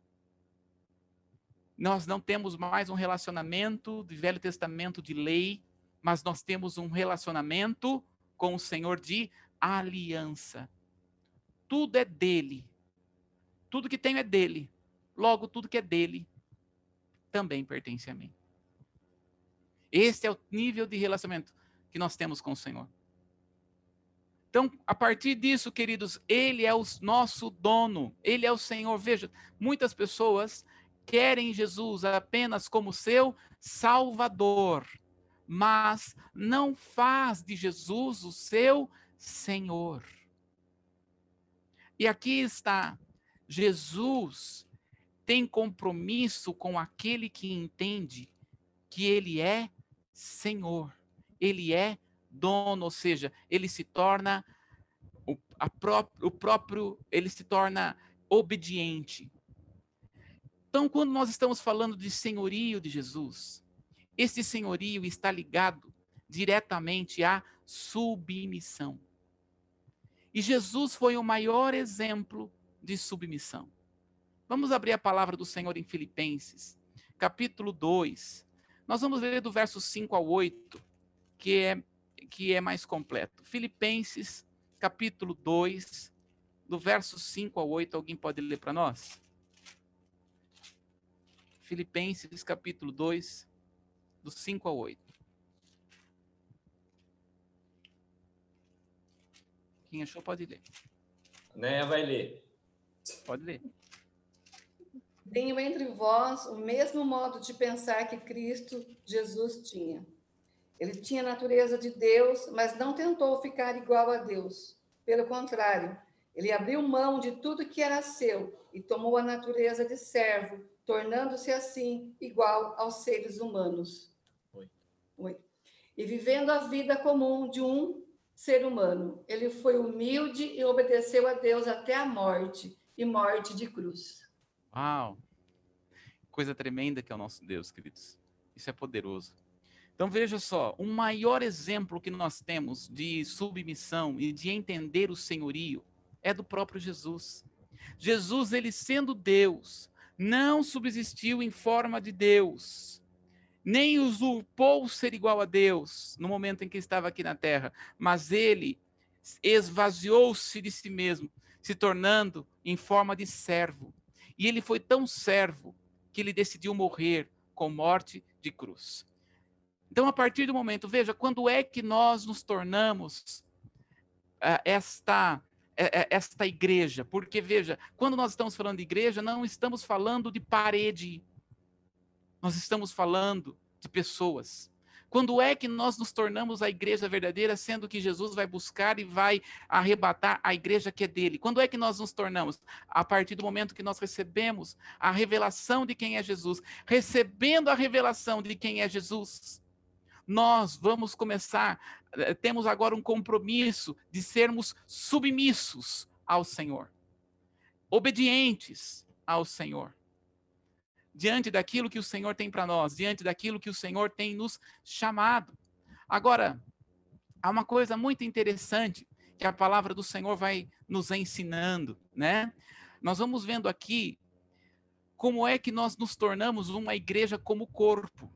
[SPEAKER 1] Nós não temos mais um relacionamento de Velho Testamento de lei, mas nós temos um relacionamento com o Senhor de aliança. Tudo é dele. Tudo que tenho é dele. Logo, tudo que é dele também pertence a mim. Esse é o nível de relacionamento que nós temos com o Senhor. Então, a partir disso, queridos, ele é o nosso dono, ele é o Senhor. Veja, muitas pessoas querem Jesus apenas como seu Salvador, mas não faz de Jesus o seu Senhor. E aqui está, Jesus tem compromisso com aquele que entende que ele é Senhor, ele é dono, ou seja, ele se torna o, a pró o próprio, ele se torna obediente. Então, quando nós estamos falando de senhorio de Jesus, esse senhorio está ligado diretamente à submissão. E Jesus foi o maior exemplo de submissão. Vamos abrir a palavra do Senhor em Filipenses, capítulo dois. Nós vamos ler do verso cinco ao oito, que é, que é mais completo. Filipenses, capítulo dois, do verso cinco ao oito. Alguém pode ler para nós? Filipenses, capítulo dois, do cinco ao oito. Quem achou pode ler.
[SPEAKER 2] Né, vai ler.
[SPEAKER 1] Pode ler.
[SPEAKER 6] Tenho entre vós o mesmo modo de pensar que Cristo Jesus tinha. Ele tinha a natureza de Deus, mas não tentou ficar igual a Deus. Pelo contrário, ele abriu mão de tudo que era seu e tomou a natureza de servo, tornando-se assim igual aos seres humanos.
[SPEAKER 2] Oi.
[SPEAKER 6] Oi. E vivendo a vida comum de um ser humano, ele foi humilde e obedeceu a Deus até a morte, e morte de cruz.
[SPEAKER 1] Uau! Coisa tremenda que é o nosso Deus, queridos. Isso é poderoso. Então veja só, o maior exemplo que nós temos de submissão e de entender o senhorio é do próprio Jesus. Jesus, ele sendo Deus, não subsistiu em forma de Deus, nem usurpou ser igual a Deus no momento em que estava aqui na terra, mas ele esvaziou-se de si mesmo, se tornando em forma de servo. E ele foi tão servo que ele decidiu morrer com morte de cruz. Então, a partir do momento, veja, quando é que nós nos tornamos uh, esta, uh, esta igreja? Porque, veja, quando nós estamos falando de igreja, não estamos falando de parede, nós estamos falando de pessoas. Quando é que nós nos tornamos a igreja verdadeira, sendo que Jesus vai buscar e vai arrebatar a igreja que é dele? Quando é que nós nos tornamos? A partir do momento que nós recebemos a revelação de quem é Jesus. Recebendo a revelação de quem é Jesus, nós vamos começar, temos agora um compromisso de sermos submissos ao Senhor, obedientes ao Senhor, diante daquilo que o Senhor tem para nós, diante daquilo que o Senhor tem nos chamado. Agora, há uma coisa muito interessante que a palavra do Senhor vai nos ensinando, né? Nós vamos vendo aqui como é que nós nos tornamos uma igreja como corpo.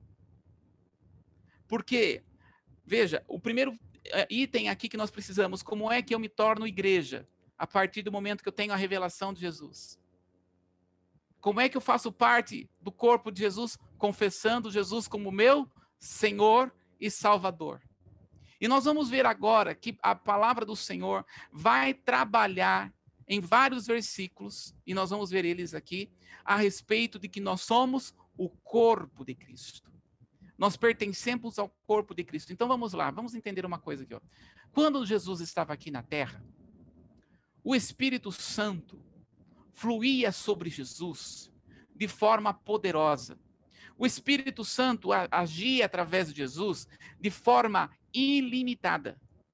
[SPEAKER 1] Porque, veja, o primeiro item aqui que nós precisamos, como é que eu me torno igreja? A partir do momento que eu tenho a revelação de Jesus. Como é que eu faço parte do corpo de Jesus? Confessando Jesus como meu Senhor e Salvador. E nós vamos ver agora que a palavra do Senhor vai trabalhar em vários versículos, e nós vamos ver eles aqui, a respeito de que nós somos o corpo de Cristo. Nós pertencemos ao corpo de Cristo. Então vamos lá, vamos entender uma coisa aqui. Ó. Quando Jesus estava aqui na terra, o Espírito Santo fluía sobre Jesus de forma poderosa. O Espírito Santo agia através de Jesus de forma ilimitada.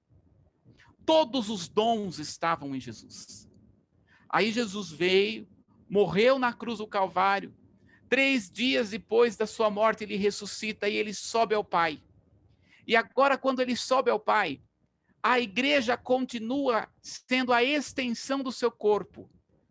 [SPEAKER 1] Todos os dons estavam em Jesus. Aí Jesus veio, morreu na cruz do Calvário. Três dias depois da sua morte, ele ressuscita e ele sobe ao Pai. E agora, quando ele sobe ao Pai, a igreja continua sendo a extensão do seu corpo.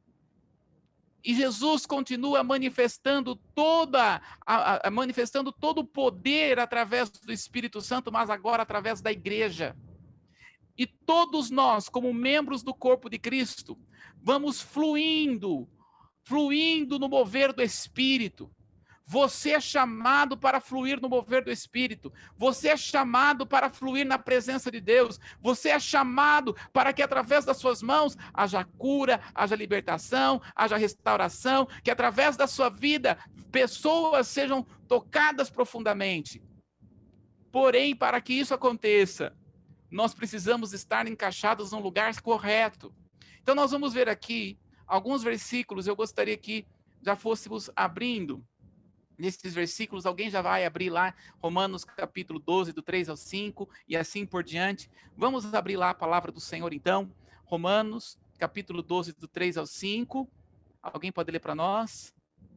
[SPEAKER 1] E Jesus continua manifestando toda, a, a, manifestando todo o poder através do Espírito Santo, mas agora através da igreja. E todos nós, como membros do corpo de Cristo, vamos fluindo, fluindo no mover do Espírito. Você é chamado para fluir no mover do Espírito. Você é chamado para fluir na presença de Deus. Você é chamado para que através das suas mãos haja cura, haja libertação, haja restauração, que através da sua vida pessoas sejam tocadas profundamente. Porém, para que isso aconteça, nós precisamos estar encaixados no lugar correto. Então nós vamos ver aqui alguns versículos, eu gostaria que já fôssemos abrindo. Nesses versículos, alguém já vai abrir lá, Romanos capítulo doze, do três ao cinco, e assim por diante. Vamos abrir lá a palavra do Senhor, então. Romanos capítulo doze, do três ao cinco. Alguém pode ler para nós?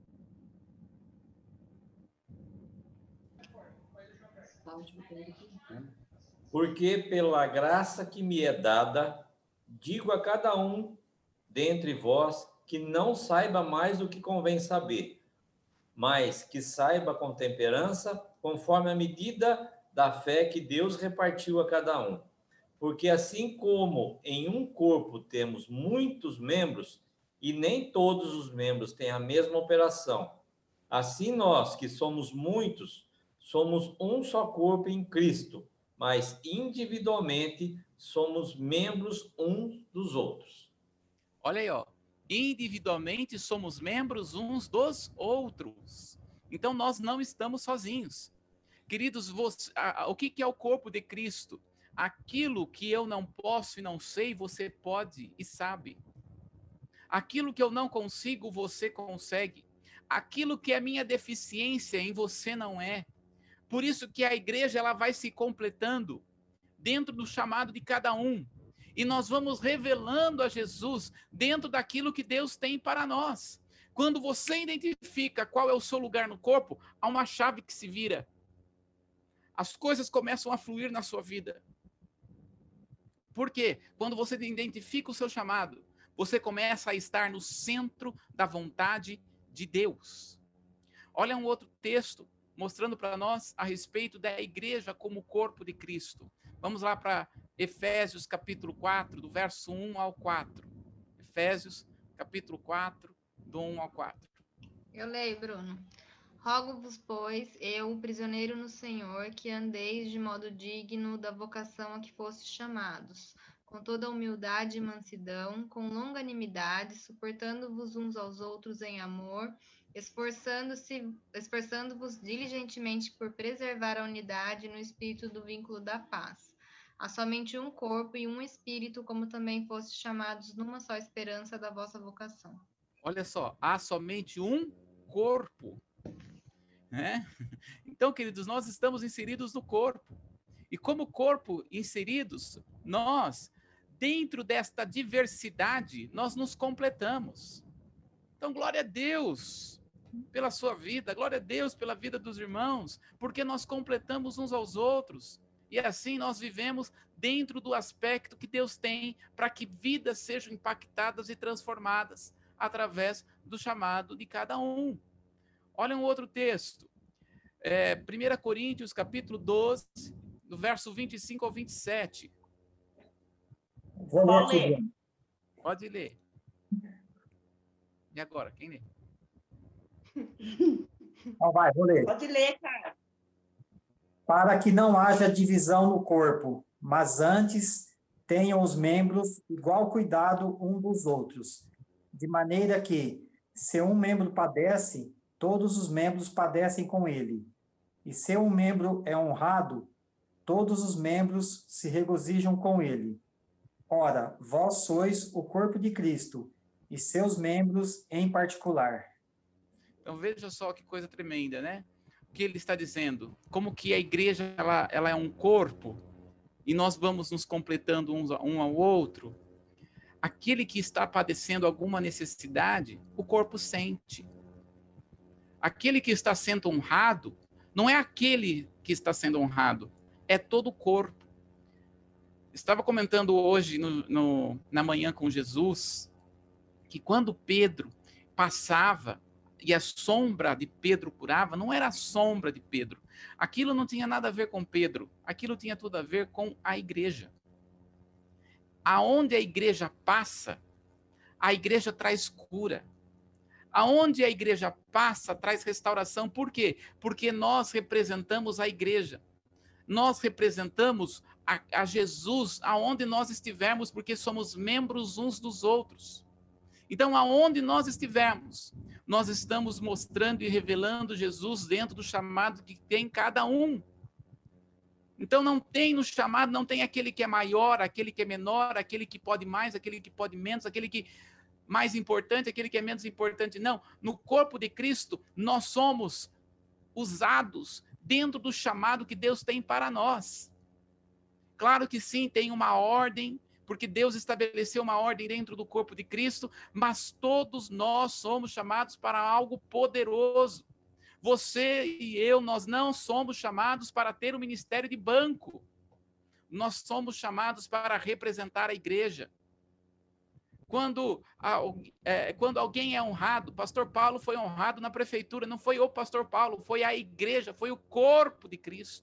[SPEAKER 2] Porque pela graça que me é dada, digo a cada um dentre vós que não saiba mais do que convém saber, mas que saiba com temperança, conforme a medida da fé que Deus repartiu a cada um. Porque assim como em um corpo temos muitos membros, e nem todos os membros têm a mesma operação, assim nós, que somos muitos, somos um só corpo em Cristo, mas individualmente somos membros uns dos outros.
[SPEAKER 1] Olha aí, ó. Individualmente somos membros uns dos outros. Então nós não estamos sozinhos. Queridos, você, a, a, o que, que é o corpo de Cristo? Aquilo que eu não posso e não sei, você pode e sabe. Aquilo que eu não consigo, você consegue. Aquilo que é minha deficiência, em você não é. Por isso que a igreja ela vai se completando dentro do chamado de cada um. E nós vamos revelando a Jesus dentro daquilo que Deus tem para nós. Quando você identifica qual é o seu lugar no corpo, há uma chave que se vira. As coisas começam a fluir na sua vida. Por quê? Quando você identifica o seu chamado, você começa a estar no centro da vontade de Deus. Olha um outro texto mostrando para nós a respeito da igreja como corpo de Cristo. Vamos lá para Efésios capítulo quatro, do verso um ao quatro. Efésios capítulo quatro, do um ao quatro.
[SPEAKER 7] Eu leio, Bruno. Rogo-vos, pois, eu, prisioneiro no Senhor, que andeis de modo digno da vocação a que fostes chamados, com toda humildade e mansidão, com longanimidade, suportando-vos uns aos outros em amor, esforçando-se, esforçando-vos diligentemente por preservar a unidade no espírito do vínculo da paz. Há somente um corpo e um espírito, como também fostes chamados numa só esperança da vossa vocação.
[SPEAKER 1] Olha só, há somente um corpo, né? Então, queridos, nós estamos inseridos no corpo. E como corpo inseridos, nós, dentro desta diversidade, nós nos completamos. Então, glória a Deus pela sua vida, glória a Deus pela vida dos irmãos, porque nós completamos uns aos outros. E assim nós vivemos dentro do aspecto que Deus tem para que vidas sejam impactadas e transformadas através do chamado de cada um. Olha um outro texto. É, primeira Coríntios, capítulo doze, do verso vinte e cinco ao vinte e sete.
[SPEAKER 8] Vou ler aqui, Bruno.
[SPEAKER 1] Pode ler. E agora, quem lê?
[SPEAKER 8] Então vai, vou ler.
[SPEAKER 9] Pode ler, cara.
[SPEAKER 8] Para que não haja divisão no corpo, mas antes tenham os membros igual cuidado um dos outros, de maneira que, se um membro padece, todos os membros padecem com ele. E se um membro é honrado, todos os membros se regozijam com ele. Ora, vós sois o corpo de Cristo, e seus membros em particular.
[SPEAKER 1] Então veja só que coisa tremenda, né? O que ele está dizendo, como que a igreja ela, ela é um corpo, e nós vamos nos completando uns, um ao outro. Aquele que está padecendo alguma necessidade, o corpo sente. Aquele que está sendo honrado, não é aquele que está sendo honrado, é todo o corpo. Estava comentando hoje no, no, na manhã com Jesus, que quando Pedro passava e a sombra de Pedro curava, não era a sombra de Pedro. Aquilo não tinha nada a ver com Pedro, aquilo tinha tudo a ver com a igreja. Aonde a igreja passa, a igreja traz cura. Aonde a igreja passa, traz restauração. Por quê? Porque nós representamos a igreja. Nós representamos a, a Jesus aonde nós estivermos, porque somos membros uns dos outros. Então, aonde nós estivermos, nós estamos mostrando e revelando Jesus dentro do chamado que tem cada um. Então, não tem no chamado, não tem aquele que é maior, aquele que é menor, aquele que pode mais, aquele que pode menos, aquele que mais importante, aquele que é menos importante. Não, no corpo de Cristo, nós somos usados dentro do chamado que Deus tem para nós. Claro que sim, tem uma ordem, porque Deus estabeleceu uma ordem dentro do corpo de Cristo, mas todos nós somos chamados para algo poderoso. Você e eu, nós não somos chamados para ter um ministério de banco. Nós somos chamados para representar a igreja. Quando, é, quando alguém é honrado, pastor Paulo foi honrado na prefeitura, não foi o pastor Paulo, foi a igreja, foi o corpo de Cristo.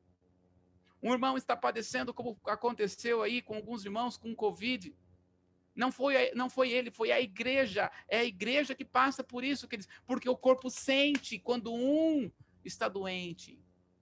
[SPEAKER 1] Um irmão está padecendo, como aconteceu aí com alguns irmãos com Covid. Não foi, não foi ele, foi a igreja. É a igreja que passa por isso, que eles, porque o corpo sente quando um está doente.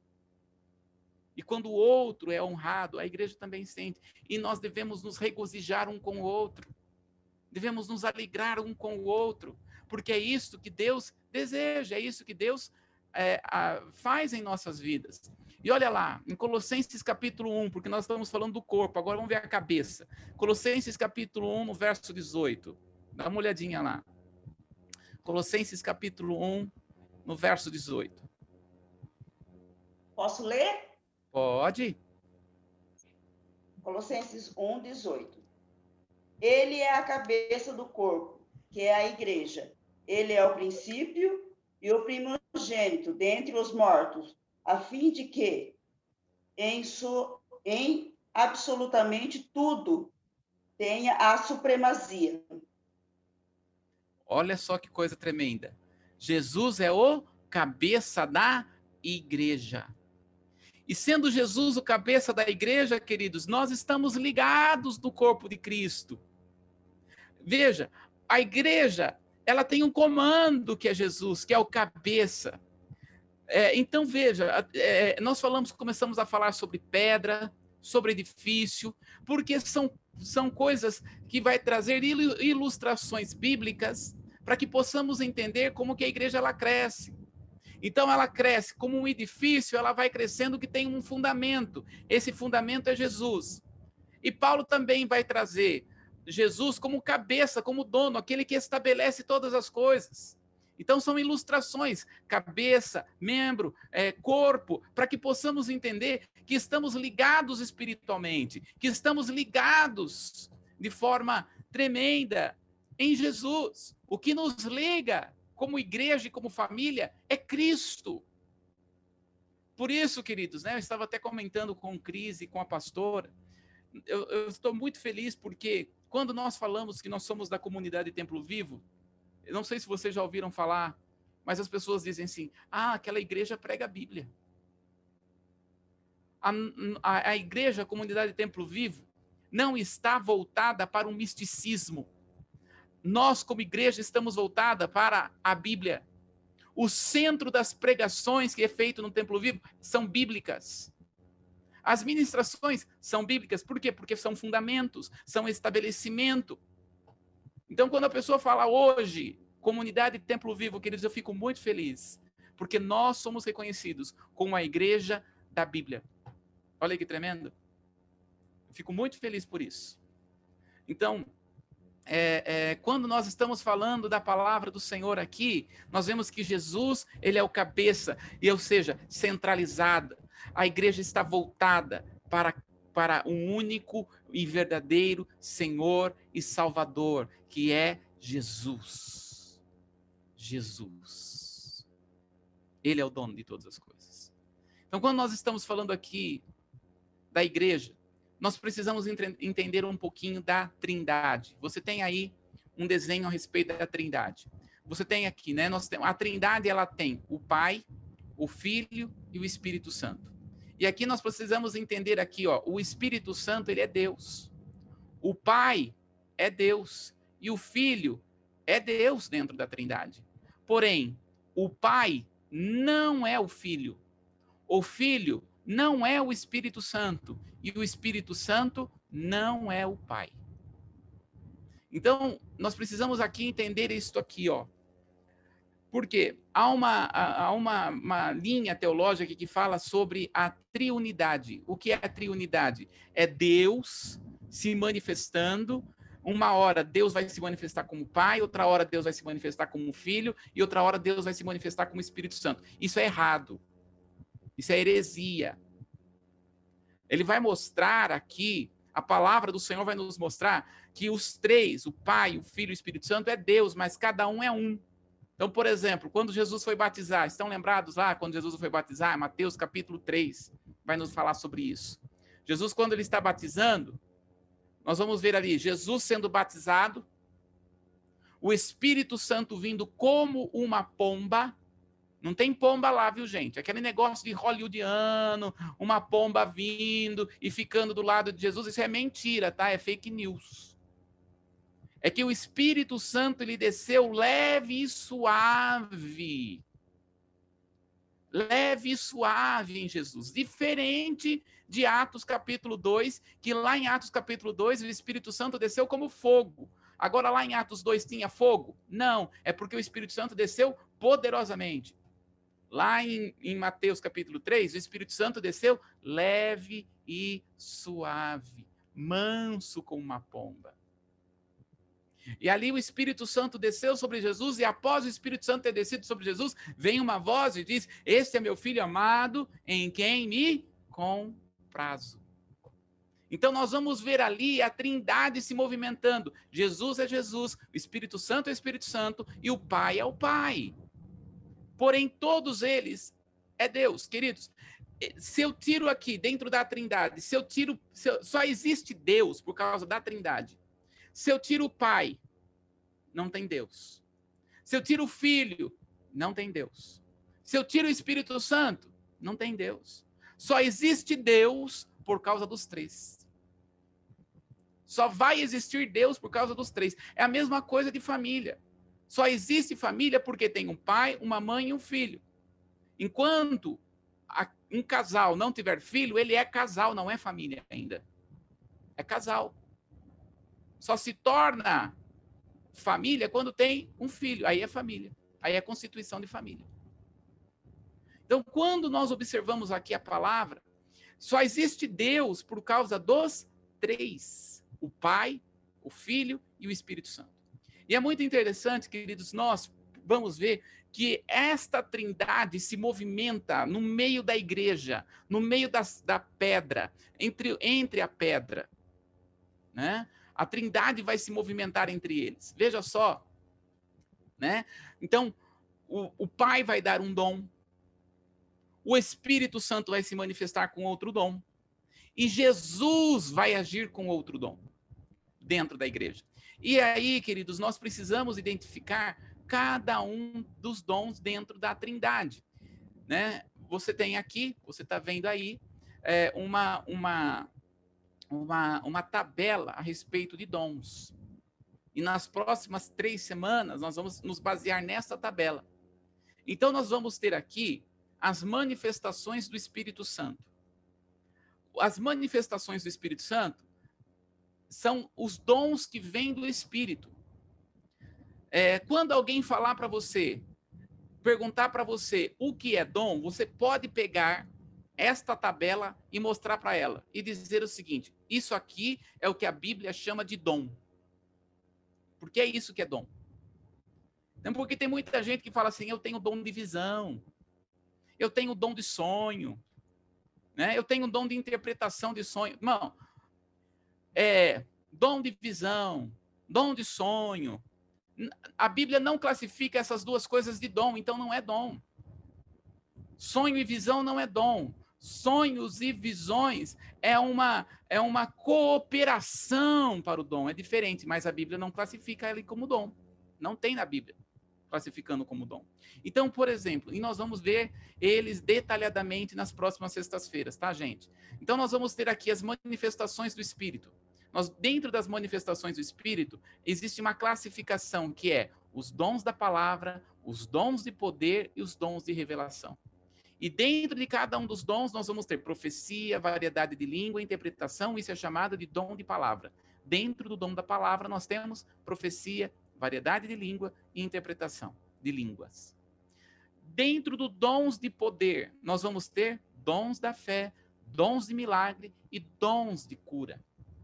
[SPEAKER 1] E quando o outro é honrado, a igreja também sente. E nós devemos nos regozijar um com o outro. Devemos nos alegrar um com o outro, porque é isso que Deus deseja, é isso que Deus é, a, faz em nossas vidas. E olha lá, em Colossenses capítulo um, porque nós estamos falando do corpo, agora vamos ver a cabeça. Colossenses capítulo um, no verso dezoito. Dá uma olhadinha lá. Colossenses capítulo um, no verso dezoito.
[SPEAKER 9] Posso ler?
[SPEAKER 1] Pode.
[SPEAKER 9] Colossenses um, dezoito. Ele é a cabeça do corpo, que é a igreja. Ele é o princípio e o primogênito dentre os mortos, a fim de que em, su, em absolutamente tudo tenha a supremacia.
[SPEAKER 1] Olha só que coisa tremenda. Jesus é o cabeça da igreja. E sendo Jesus o cabeça da igreja, queridos, nós estamos ligados no corpo de Cristo. Veja, a igreja, ela tem um comando que é Jesus, que é o cabeça. É, então, veja, é, nós falamos, começamos a falar sobre pedra, sobre edifício, porque são, são coisas que vai trazer ilustrações bíblicas para que possamos entender como que a igreja ela cresce. Então, ela cresce como um edifício, ela vai crescendo que tem um fundamento. Esse fundamento é Jesus. E Paulo também vai trazer Jesus como cabeça, como dono, aquele que estabelece todas as coisas. Então, são ilustrações, cabeça, membro, é, corpo, para que possamos entender que estamos ligados espiritualmente, que estamos ligados de forma tremenda em Jesus. O que nos liga como igreja e como família é Cristo. Por isso, queridos, né, eu estava até comentando com o Cris e com a pastora, eu, eu estou muito feliz porque quando nós falamos que nós somos da comunidade Templo Vivo, eu não sei se vocês já ouviram falar, mas as pessoas dizem assim, ah, aquela igreja prega a Bíblia. A, a, a igreja, a comunidade Templo Vivo, não está voltada para o misticismo. Nós, como igreja, estamos voltada para a Bíblia. O centro das pregações que é feito no Templo Vivo são bíblicas. As ministrações são bíblicas. Por quê? Porque são fundamentos, são estabelecimento. Então, quando a pessoa fala hoje, comunidade Templo Vivo, queridos, eu fico muito feliz, porque nós somos reconhecidos como a igreja da Bíblia. Olha que tremendo. Eu fico muito feliz por isso. Então, é, é, quando nós estamos falando da palavra do Senhor aqui, nós vemos que Jesus, ele é o cabeça, e, ou seja, centralizada. A igreja está voltada para para um único e verdadeiro Senhor e Salvador, que é Jesus. Jesus. Ele é o dono de todas as coisas. Então, quando nós estamos falando aqui da igreja, nós precisamos entender um pouquinho da Trindade. Você tem aí um desenho a respeito da Trindade. Você tem aqui, né? Nós temos, a Trindade, ela tem o Pai, o Filho e o Espírito Santo. E aqui nós precisamos entender aqui, ó, o Espírito Santo, ele é Deus. O Pai é Deus. E o Filho é Deus dentro da Trindade. Porém, o Pai não é o Filho. O Filho não é o Espírito Santo. E o Espírito Santo não é o Pai. Então, nós precisamos aqui entender isso aqui, ó. Porque há uma, há uma, uma linha teológica que fala sobre a triunidade. O que é a triunidade? É Deus se manifestando. Uma hora Deus vai se manifestar como Pai, outra hora Deus vai se manifestar como Filho, e outra hora Deus vai se manifestar como Espírito Santo. Isso é errado. Isso é heresia. Ele vai mostrar aqui, a palavra do Senhor vai nos mostrar que os três, o Pai, o Filho e o Espírito Santo, é Deus, mas cada um é um. Então, por exemplo, quando Jesus foi batizar, estão lembrados lá, quando Jesus foi batizar, Mateus capítulo três, vai nos falar sobre isso. Jesus, quando ele está batizando, nós vamos ver ali, Jesus sendo batizado, o Espírito Santo vindo como uma pomba, não tem pomba lá, viu, gente? Aquele negócio de hollywoodiano, uma pomba vindo e ficando do lado de Jesus, isso é mentira, tá? É fake news. É que o Espírito Santo, ele desceu leve e suave. Leve e suave em Jesus. Diferente de Atos capítulo dois, que lá em Atos capítulo dois, o Espírito Santo desceu como fogo. Agora lá em Atos dois tinha fogo? Não, é porque o Espírito Santo desceu poderosamente. Lá em, em Mateus capítulo três, o Espírito Santo desceu leve e suave, manso como uma pomba. E ali o Espírito Santo desceu sobre Jesus, e após o Espírito Santo ter descido sobre Jesus, vem uma voz e diz, este é meu filho amado, em quem me comprazo. Então nós vamos ver ali a Trindade se movimentando. Jesus é Jesus, o Espírito Santo é o Espírito Santo, e o Pai é o Pai. Porém, todos eles é Deus. Queridos, se eu tiro aqui, dentro da Trindade, se eu tiro, se eu, só existe Deus por causa da Trindade. Se eu tiro o Pai, não tem Deus. Se eu tiro o Filho, não tem Deus. Se eu tiro o Espírito Santo, não tem Deus. Só existe Deus por causa dos três. Só vai existir Deus por causa dos três. É a mesma coisa de família. Só existe família porque tem um pai, uma mãe e um filho. Enquanto a, um casal não tiver filho, ele é casal, não é família ainda. É casal. Só se torna família quando tem um filho. Aí é família. Aí é constituição de família. Então, quando nós observamos aqui a palavra, só existe Deus por causa dos três. O Pai, o Filho e o Espírito Santo. E é muito interessante, queridos, nós vamos ver que esta trindade se movimenta no meio da igreja, no meio das, da pedra, entre, entre a pedra. Né? A trindade vai se movimentar entre eles. Veja só. Né? Então, o, o Pai vai dar um dom, o Espírito Santo vai se manifestar com outro dom, e Jesus vai agir com outro dom dentro da igreja. E aí, queridos, nós precisamos identificar cada um dos dons dentro da trindade. Né? Você tem aqui, você está vendo aí, é, uma, uma, uma, uma tabela a respeito de dons. E nas próximas três semanas, nós vamos nos basear nessa tabela. Então, nós vamos ter aqui as manifestações do Espírito Santo. As manifestações do Espírito Santo são os dons que vêm do Espírito. É, quando alguém falar para você, perguntar para você o que é dom, você pode pegar esta tabela e mostrar para ela e dizer o seguinte: isso aqui é o que a Bíblia chama de dom. Porque é isso que é dom. Então, porque tem muita gente que fala assim: eu tenho dom de visão, eu tenho dom de sonho, né? Eu tenho dom de interpretação de sonho. Não, é dom de visão, dom de sonho. A Bíblia não classifica essas duas coisas de dom, então não é dom. Sonho e visão não é dom. Sonhos e visões é uma, é uma cooperação para o dom. É diferente, mas a Bíblia não classifica ele como dom. Não tem na Bíblia classificando como dom. Então, por exemplo, e nós vamos ver eles detalhadamente nas próximas sextas-feiras, tá, gente? Então, nós vamos ter aqui as manifestações do Espírito. Nós, dentro das manifestações do Espírito, existe uma classificação que é os dons da palavra, os dons de poder e os dons de revelação. E dentro de cada um dos dons, nós vamos ter profecia, variedade de língua, interpretação, isso é chamado de dom de palavra. Dentro do dom da palavra, nós temos profecia, variedade de língua e interpretação de línguas. Dentro dos dons de poder, nós vamos ter dons da fé, dons de milagre e dons de cura,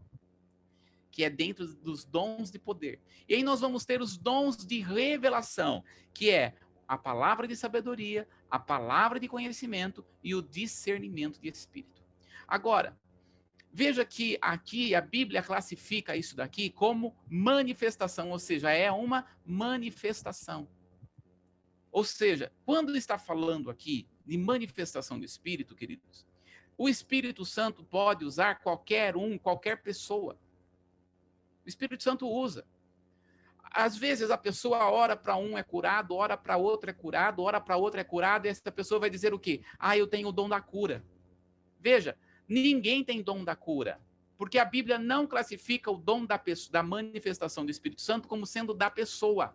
[SPEAKER 1] que é dentro dos dons de poder. E aí nós vamos ter os dons de revelação, que é a palavra de sabedoria, a palavra de conhecimento e o discernimento de espírito. Agora, veja que aqui a Bíblia classifica isso daqui como manifestação, ou seja, é uma manifestação. Ou seja, quando está falando aqui de manifestação do Espírito, queridos, o Espírito Santo pode usar qualquer um, qualquer pessoa. O Espírito Santo usa. Às vezes a pessoa ora para um é curado, ora para outro é curado, ora para outro é curado, e essa pessoa vai dizer o quê? Ah, eu tenho o dom da cura. Veja, ninguém tem dom da cura, porque a Bíblia não classifica o dom da, pessoa, da manifestação do Espírito Santo como sendo da pessoa.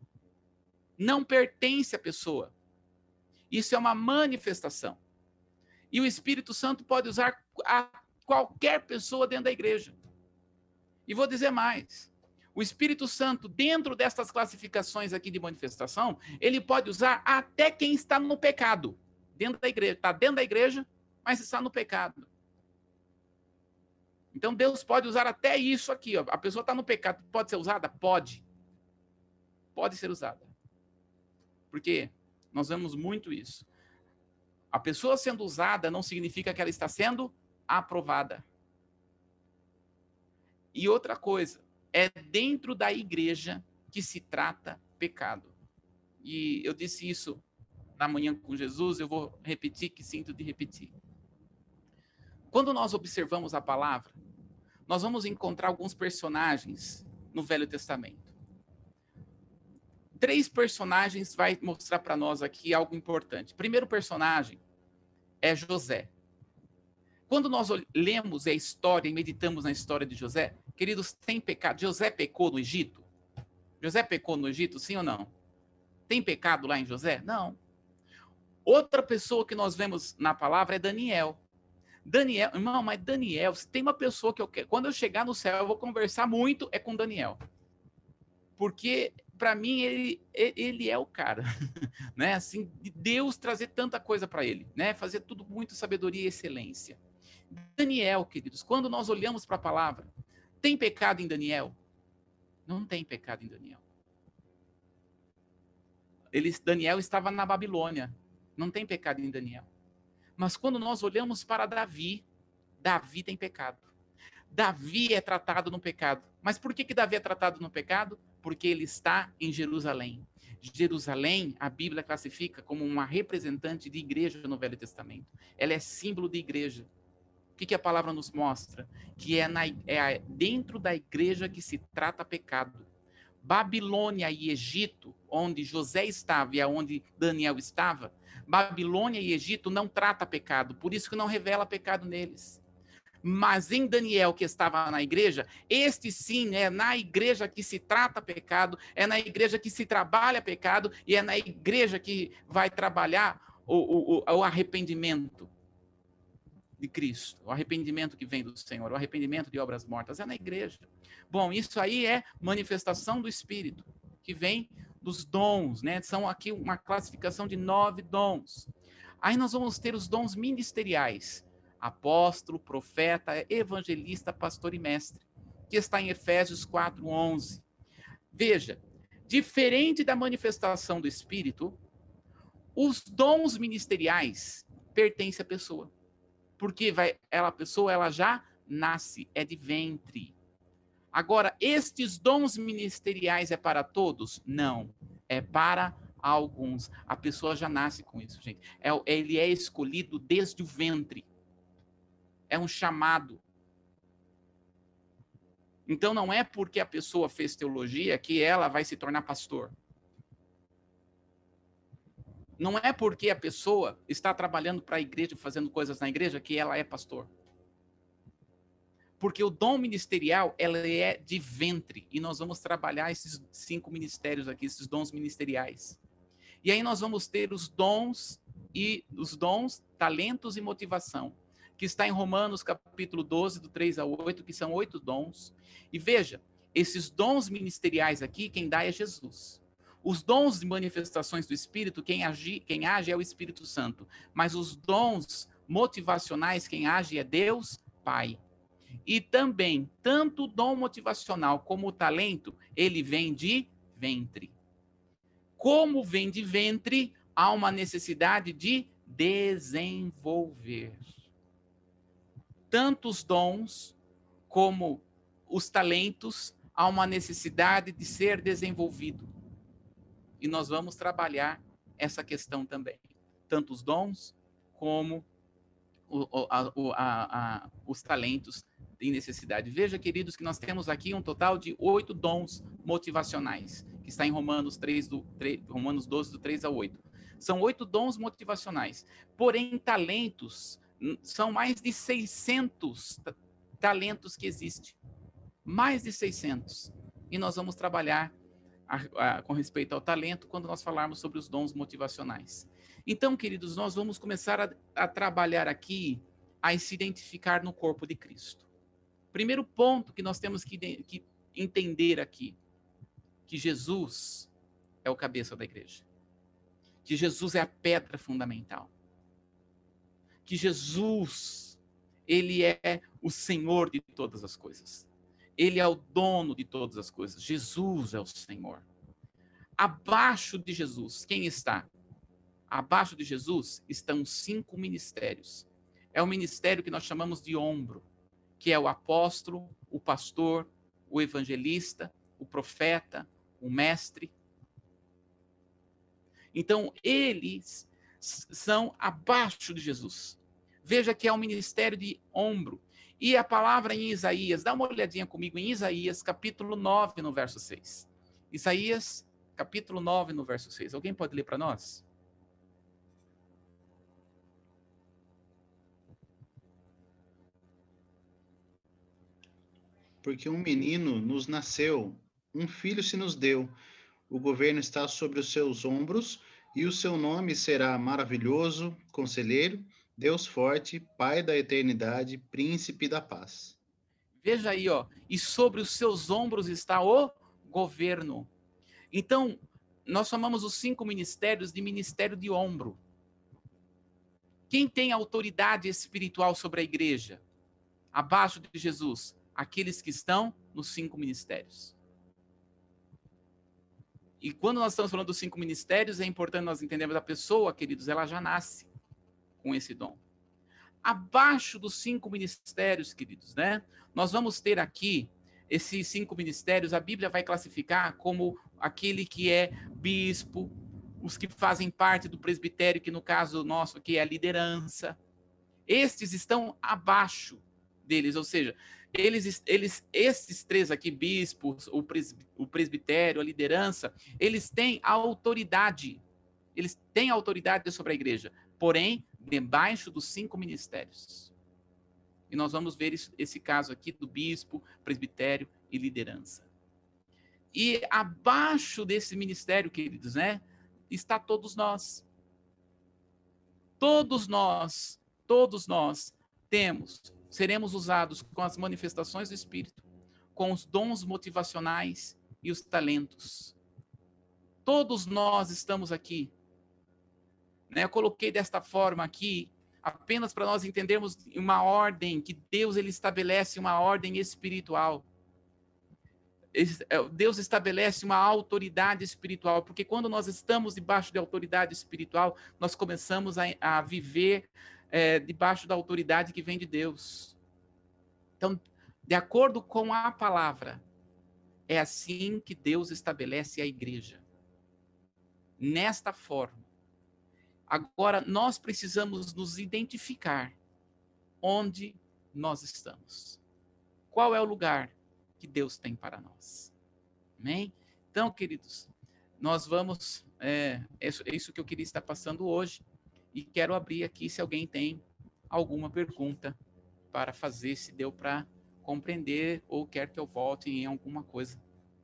[SPEAKER 1] Não pertence à pessoa. Isso é uma manifestação. E o Espírito Santo pode usar a qualquer pessoa dentro da igreja. E vou dizer mais. O Espírito Santo, dentro destas classificações aqui de manifestação, ele pode usar até quem está no pecado. Dentro da igreja. Está dentro da igreja, mas está no pecado. Então, Deus pode usar até isso aqui. Ó. A pessoa está no pecado. Pode ser usada? Pode. Pode ser usada. Porque nós vemos muito isso. A pessoa sendo usada não significa que ela está sendo aprovada. E outra coisa, é dentro da igreja que se trata pecado. E eu disse isso na manhã com Jesus, eu vou repetir, que sinto de repetir. Quando nós observamos a palavra, nós vamos encontrar alguns personagens no Velho Testamento. Três personagens vai mostrar para nós aqui algo importante. O primeiro personagem é José. Quando nós lemos a história e meditamos na história de José, queridos, tem pecado. José pecou no Egito? José pecou no Egito, sim ou não? Tem pecado lá em José? Não. Outra pessoa que nós vemos na palavra é Daniel. Daniel, irmão, mas Daniel, se tem uma pessoa que eu quero, quando eu chegar no céu, eu vou conversar muito, é com Daniel. Porque, para mim, ele, ele é o cara, né? Assim, de Deus trazer tanta coisa para ele, né? Fazer tudo com muita sabedoria e excelência. Daniel, queridos, quando nós olhamos para a palavra, tem pecado em Daniel? Não tem pecado em Daniel. Ele, Daniel estava na Babilônia. Não tem pecado em Daniel. Mas quando nós olhamos para Davi, Davi tem pecado. Davi é tratado no pecado. Mas por que que Davi é tratado no pecado? Porque ele está em Jerusalém. Jerusalém, a Bíblia classifica como uma representante de igreja no Velho Testamento. Ela é símbolo de igreja. O que que a palavra nos mostra? Que é, na, é dentro da igreja que se trata pecado. Babilônia e Egito, onde José estava e aonde Daniel estava, Babilônia e Egito não trata pecado, por isso que não revela pecado neles. Mas em Daniel, que estava na igreja, este sim é na igreja que se trata pecado, é na igreja que se trabalha pecado, e é na igreja que vai trabalhar o, o, o arrependimento de Cristo, o arrependimento que vem do Senhor, o arrependimento de obras mortas, é na igreja. Bom, isso aí é manifestação do Espírito, que vem dos dons, né? São aqui uma classificação de nove dons. Aí nós vamos ter os dons ministeriais, apóstolo, profeta, evangelista, pastor e mestre, que está em Efésios quatro, onze. Veja, diferente da manifestação do Espírito, os dons ministeriais pertencem à pessoa. Porque vai, ela, a pessoa ela já nasce, é de ventre. Agora, estes dons ministeriais é para todos? Não, é para alguns. A pessoa já nasce com isso, gente. É, ele é escolhido desde o ventre. É um chamado. Então, não é porque a pessoa fez teologia que ela vai se tornar pastor. Não é porque a pessoa está trabalhando para a igreja, fazendo coisas na igreja, que ela é pastor. Porque o dom ministerial, ela é de ventre. E nós vamos trabalhar esses cinco ministérios aqui, esses dons ministeriais. E aí nós vamos ter os dons, e os dons, talentos e motivação, que está em Romanos capítulo doze, do três ao oito, que são oito dons. E veja, esses dons ministeriais aqui, quem dá é Jesus. Os dons de manifestações do Espírito, quem age, quem age é o Espírito Santo. Mas os dons motivacionais, quem age é Deus Pai. E também, tanto o dom motivacional como o talento, ele vem de ventre. Como vem de ventre, há uma necessidade de desenvolver. Tanto os dons como os talentos, há uma necessidade de ser desenvolvido. E nós vamos trabalhar essa questão também. Tanto os dons como o, a, o, a, a, os talentos em necessidade. Veja, queridos, que nós temos aqui um total de oito dons motivacionais, que está em Romanos, três do, três, Romanos doze, do três ao oito. São oito dons motivacionais. Porém, talentos, são mais de seiscentos talentos que existem. Mais de seiscentos. E nós vamos trabalhar A, a, com respeito ao talento, quando nós falarmos sobre os dons motivacionais. Então, queridos, nós vamos começar a, a trabalhar aqui, a se identificar no corpo de Cristo. Primeiro ponto que nós temos que, que entender aqui, que Jesus é o cabeça da igreja. Que Jesus é a pedra fundamental. Que Jesus, ele é o Senhor de todas as coisas. Ele é o dono de todas as coisas. Jesus é o Senhor. Abaixo de Jesus, quem está? Abaixo de Jesus estão cinco ministérios. É o ministério que nós chamamos de ombro, que é o apóstolo, o pastor, o evangelista, o profeta, o mestre. Então, eles são abaixo de Jesus. Veja que é um ministério de ombro. E a palavra em Isaías, dá uma olhadinha comigo em Isaías, capítulo nove, no verso seis. Isaías, capítulo nove, no verso seis. Alguém pode ler para nós?
[SPEAKER 4] Porque um menino nos nasceu, um filho se nos deu, o governo está sobre os seus ombros, E o seu nome será maravilhoso, conselheiro, Deus forte, Pai da eternidade, príncipe da paz.
[SPEAKER 1] Veja aí, ó, e sobre os seus ombros está o governo. Então, nós chamamos os cinco ministérios de ministério de ombro. Quem tem autoridade espiritual sobre a igreja? Abaixo de Jesus, aqueles que estão nos cinco ministérios. E quando nós estamos falando dos cinco ministérios, é importante nós entendermos a pessoa, queridos, ela já nasce com esse dom. Abaixo dos cinco ministérios, queridos, né? Nós vamos ter aqui esses cinco ministérios, a Bíblia vai classificar como aquele que é bispo, os que fazem parte do presbitério, que no caso nosso aqui é a liderança. Estes estão abaixo deles, ou seja, eles, eles, esses três aqui, bispos, o, pres, o presbitério, a liderança, eles têm autoridade, eles têm autoridade sobre a igreja, porém, debaixo dos cinco ministérios. E nós vamos ver isso, esse caso aqui do bispo, presbitério e liderança. E abaixo desse ministério, queridos, né, está todos nós. Todos nós, todos nós temos, seremos usados com as manifestações do Espírito, com os dons motivacionais e os talentos. Todos nós estamos aqui. Né? Eu coloquei desta forma aqui, apenas para nós entendermos uma ordem, que Deus ele estabelece uma ordem espiritual. Deus estabelece uma autoridade espiritual, porque quando nós estamos debaixo de autoridade espiritual, nós começamos a, a viver é, debaixo da autoridade que vem de Deus. Então, de acordo com a palavra, é assim que Deus estabelece a igreja. Nesta forma. Agora, nós precisamos nos identificar onde nós estamos. Qual é o lugar que Deus tem para nós? Amém? Então, queridos, nós vamos... É, é isso que eu queria estar passando hoje. E quero abrir aqui se alguém tem alguma pergunta para fazer, se deu para compreender ou quer que eu volte em alguma coisa.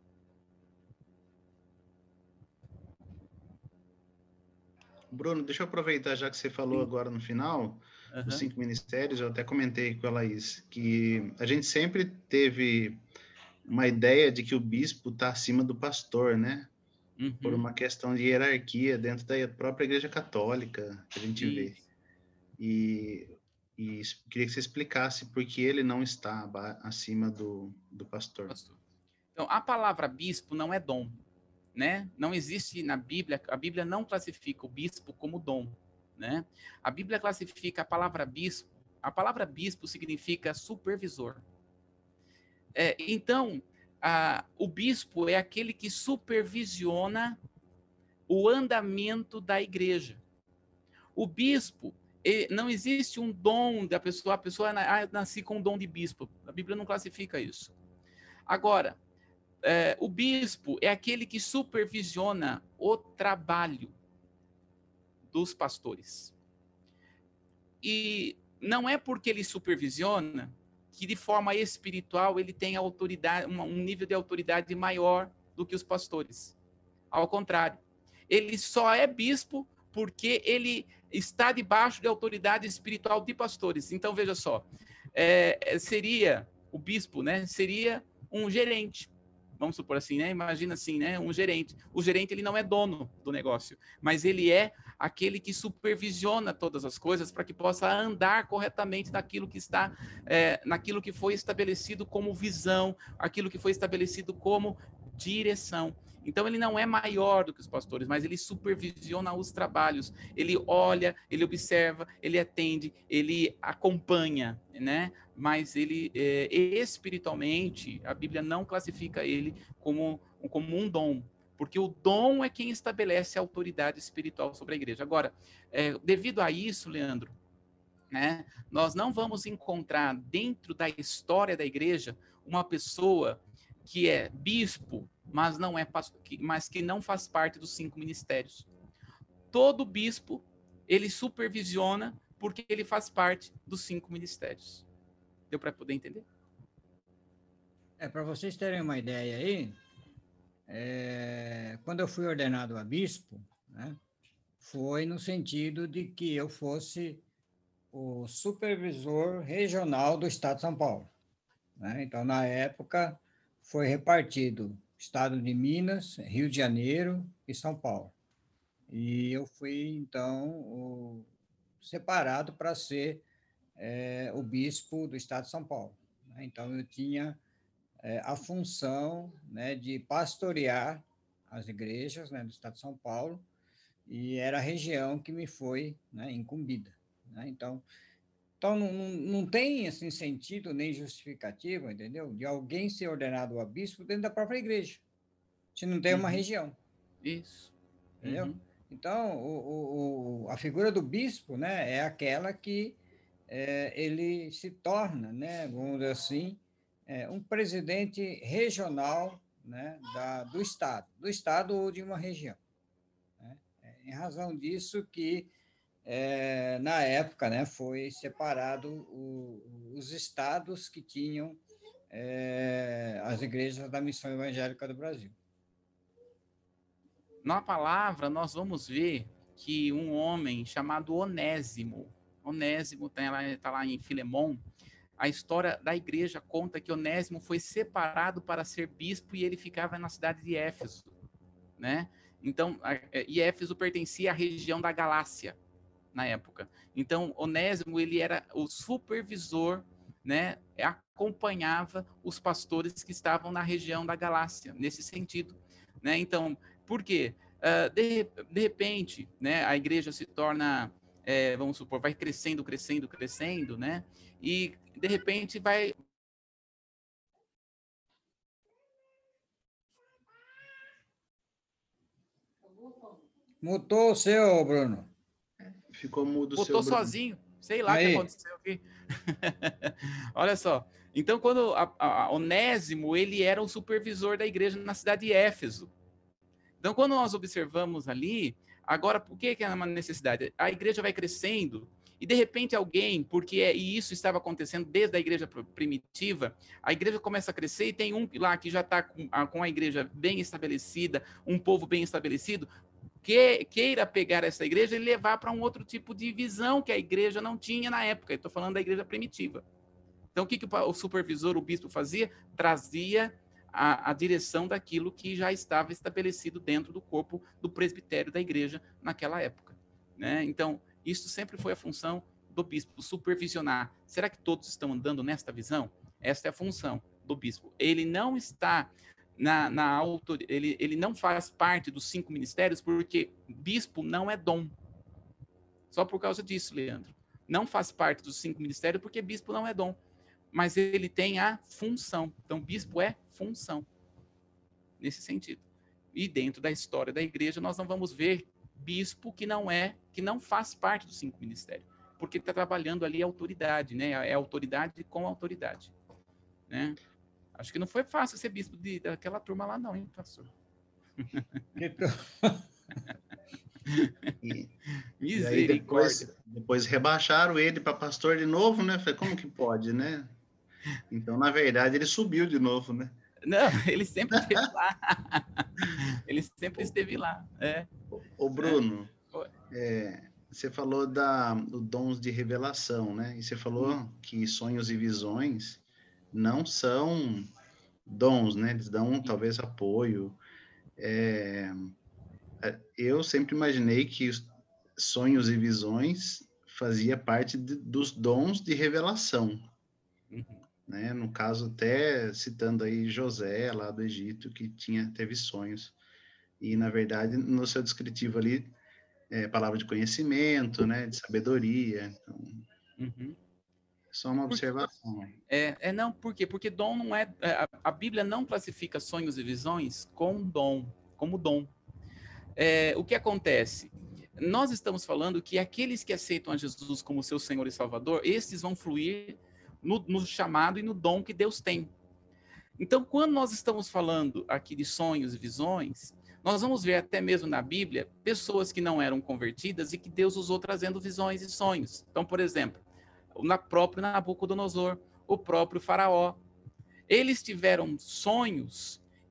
[SPEAKER 4] Bruno, deixa eu aproveitar, já que você falou agora no final, uhum. dos cinco ministérios, eu até comentei com a Laís, que a gente sempre teve uma ideia de que o bispo está acima do pastor, né? Uhum. Por uma questão de hierarquia dentro da própria Igreja Católica, que a gente Isso. vê. E, e queria que você explicasse por que ele não está acima do, do pastor.
[SPEAKER 1] pastor. Então, a palavra bispo não é dom. Né? Não existe na Bíblia, a Bíblia não classifica o bispo como dom, né? A Bíblia classifica a palavra bispo, a palavra bispo significa supervisor. É, então, a, o bispo é aquele que supervisiona o andamento da igreja. O bispo, ele, não existe um dom da pessoa, a pessoa ah, nasce com um dom de bispo, a Bíblia não classifica isso. Agora, É, o bispo é aquele que supervisiona o trabalho dos pastores. E não é porque ele supervisiona que de forma espiritual ele tem autoridade, um nível de autoridade maior do que os pastores. Ao contrário, ele só é bispo porque ele está debaixo de autoridade espiritual de pastores. Então, veja só, é, seria, o bispo, né, seria um gerente. Vamos supor assim, né? Imagina assim, né? Um gerente. O gerente, ele não é dono do negócio, mas ele é aquele que supervisiona todas as coisas para que possa andar corretamente naquilo que está, é, naquilo que foi estabelecido como visão, aquilo que foi estabelecido como direção. Então, ele não é maior do que os pastores, mas ele supervisiona os trabalhos. Ele olha, ele observa, ele atende, ele acompanha, né? Mas ele, é, espiritualmente, a Bíblia não classifica ele como, como um dom, porque o dom é quem estabelece a autoridade espiritual sobre a igreja. Agora, é, devido a isso, Leandro, né, nós não vamos encontrar dentro da história da igreja uma pessoa que é bispo, mas, não é, mas que não faz parte dos cinco ministérios. Todo bispo, ele supervisiona porque ele faz parte dos cinco ministérios. Deu para poder entender?
[SPEAKER 10] É, para vocês terem uma ideia aí, é, quando eu fui ordenado a bispo, né, foi no sentido de que eu fosse o supervisor regional do Estado de São Paulo, né? Então, na época, foi repartido Estado de Minas, Rio de Janeiro e São Paulo. E eu fui, então, o, separado para ser é, o bispo do Estado de São Paulo, né? Então, eu tinha é, a função, né, de pastorear as igrejas, né, do Estado de São Paulo, e era a região que me foi, né, incumbida, né? Então, então não, não, não tem assim, sentido nem justificativa, entendeu? De alguém ser ordenado a bispo dentro da própria igreja, se não tem uma
[SPEAKER 1] Uhum.
[SPEAKER 10] região.
[SPEAKER 1] Isso.
[SPEAKER 10] Entendeu?
[SPEAKER 1] Uhum.
[SPEAKER 10] Então, o, o, a figura do bispo, né, é aquela que é, ele se torna, né, vamos dizer assim, é, um presidente regional, né, da, do Estado, do Estado ou de uma região, né? É, em razão disso que, é, na época, né, foi separado o, os estados que tinham é, as igrejas da Missão Evangélica do Brasil.
[SPEAKER 1] Na palavra, nós vamos ver que um homem chamado Onésimo, Onésimo está lá, tá lá em Filemon, a história da igreja conta que Onésimo foi separado para ser bispo e ele ficava na cidade de Éfeso, né? Então, a, e Éfeso pertencia à região da Galácia, na época. Então, Onésimo, ele era o supervisor, né? Acompanhava os pastores que estavam na região da Galácia, nesse sentido, né? Então, por quê? Uh, de, de repente, né, a igreja se torna, é, vamos supor, vai crescendo, crescendo, crescendo, né? E, de repente, vai...
[SPEAKER 10] Mutou o seu, Bruno.
[SPEAKER 4] Ficou mudo o seu,
[SPEAKER 1] Botou
[SPEAKER 4] Bruno.
[SPEAKER 1] sozinho. Sei lá o que
[SPEAKER 10] Aí.
[SPEAKER 1] aconteceu aqui. Olha só. Então, quando a, a Onésimo, ele era o supervisor da igreja na cidade de Éfeso. Então, quando nós observamos ali, agora, por que, que é uma necessidade? A igreja vai crescendo e, de repente, alguém, porque é, e isso estava acontecendo desde a igreja primitiva, a igreja começa a crescer e tem um lá que já está com, com a igreja bem estabelecida, um povo bem estabelecido, que queira pegar essa igreja e levar para um outro tipo de visão que a igreja não tinha na época. Estou falando da igreja primitiva. Então, o que, que o supervisor, o bispo, fazia? Trazia A, a direção daquilo que já estava estabelecido dentro do corpo do presbitério da igreja naquela época, né? Então, isso sempre foi a função do bispo, supervisionar. Será que todos estão andando nesta visão? Esta é a função do bispo. Ele não está na, na autor... ele, ele não faz parte dos cinco ministérios, porque bispo não é dom. Só por causa disso, Leandro. Não faz parte dos cinco ministérios, porque bispo não é dom. Mas ele tem a função. Então, bispo é função, nesse sentido. E dentro da história da igreja, nós não vamos ver bispo que não é, que não faz parte dos cinco ministérios, porque está trabalhando ali a autoridade, né? É autoridade com autoridade, né? Acho que não foi fácil ser bispo de, daquela turma lá, não, hein, pastor?
[SPEAKER 4] E, e aí depois,
[SPEAKER 1] Misericórdia.
[SPEAKER 4] depois rebaixaram ele para pastor de novo, né? Falei, como que pode, né? Então, na verdade, ele subiu de novo, né?
[SPEAKER 1] Não, ele sempre esteve lá. Ele sempre esteve lá. É.
[SPEAKER 4] Ô, Bruno, é, você falou da, do dons de revelação, né? E você falou hum. que sonhos e visões não são dons, né? Eles dão, talvez, apoio. É, eu sempre imaginei que os sonhos e visões fazia parte de, dos dons de revelação. Uhum. Né? No caso, até citando aí José, lá do Egito, que tinha, teve sonhos. E, na verdade, no seu descritivo ali, é palavra de conhecimento, né? De sabedoria. Então, uhum. Só uma observação.
[SPEAKER 1] É, é, não, por quê? Porque dom não é... A, a Bíblia não classifica sonhos e visões com dom, como dom. É, o que acontece? Nós estamos falando que aqueles que aceitam a Jesus como seu Senhor e Salvador, esses vão fluir No, no chamado e no dom que Deus tem. Então, quando nós estamos falando aqui de sonhos e visões, nós vamos ver até mesmo na Bíblia pessoas que não eram convertidas e que Deus usou trazendo visões e sonhos. Então, por exemplo, o próprio Nabucodonosor, o próprio Faraó, eles tiveram sonhos que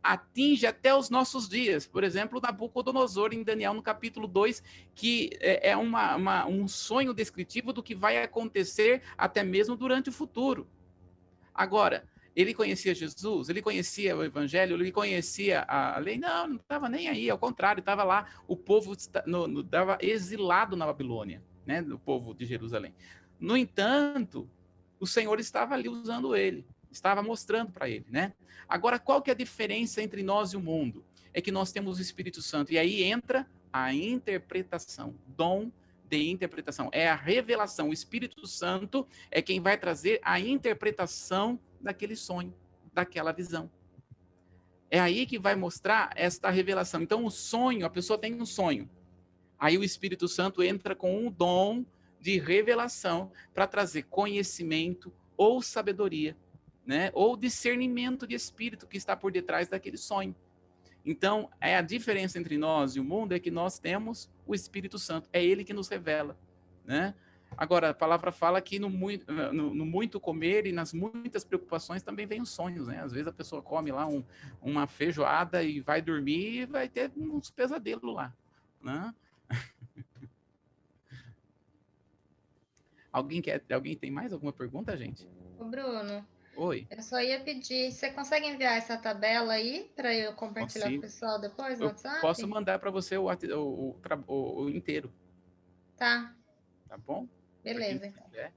[SPEAKER 1] atinge até os nossos dias. Por exemplo, Nabucodonosor, em Daniel, no capítulo dois, que é uma, uma, um sonho descritivo do que vai acontecer até mesmo durante o futuro. Agora, ele conhecia Jesus, ele conhecia o Evangelho, ele conhecia a lei? Não, não estava nem aí, ao contrário, estava lá, o povo estava exilado na Babilônia, né, do povo de Jerusalém. No entanto, o Senhor estava ali usando ele, estava mostrando para ele, né? Agora, qual que é a diferença entre nós e o mundo? É que nós temos o Espírito Santo, e aí entra a interpretação, dom de interpretação, é a revelação. O Espírito Santo é quem vai trazer a interpretação daquele sonho, daquela visão. É aí que vai mostrar esta revelação. Então, o sonho, a pessoa tem um sonho. Aí o Espírito Santo entra com um dom de revelação para trazer conhecimento ou sabedoria, né? Ou discernimento de espírito que está por detrás daquele sonho. Então, é a diferença entre nós e o mundo é que nós temos o Espírito Santo. É ele que nos revela, né? Agora, a palavra fala que no muito, no, no muito comer e nas muitas preocupações também vem os sonhos, né? Às vezes a pessoa come lá um, uma feijoada e vai dormir e vai ter uns pesadelos lá, né? Alguém quer, alguém tem mais alguma pergunta, gente?
[SPEAKER 7] Ô, Bruno.
[SPEAKER 1] Oi.
[SPEAKER 7] Eu só ia pedir, você consegue enviar essa tabela aí para eu compartilhar com o pessoal depois no
[SPEAKER 1] eu
[SPEAKER 7] WhatsApp?
[SPEAKER 1] Posso mandar para você o, o, o, o inteiro.
[SPEAKER 7] Tá.
[SPEAKER 1] Tá bom?
[SPEAKER 7] Beleza, então.
[SPEAKER 1] Quiser.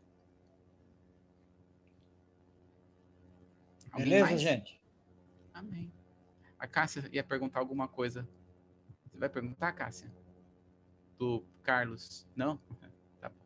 [SPEAKER 10] Beleza,
[SPEAKER 1] mais?
[SPEAKER 10] gente?
[SPEAKER 1] Amém. A Cássia ia perguntar alguma coisa. Você vai perguntar, Cássia? Do Carlos? Não? Tá bom.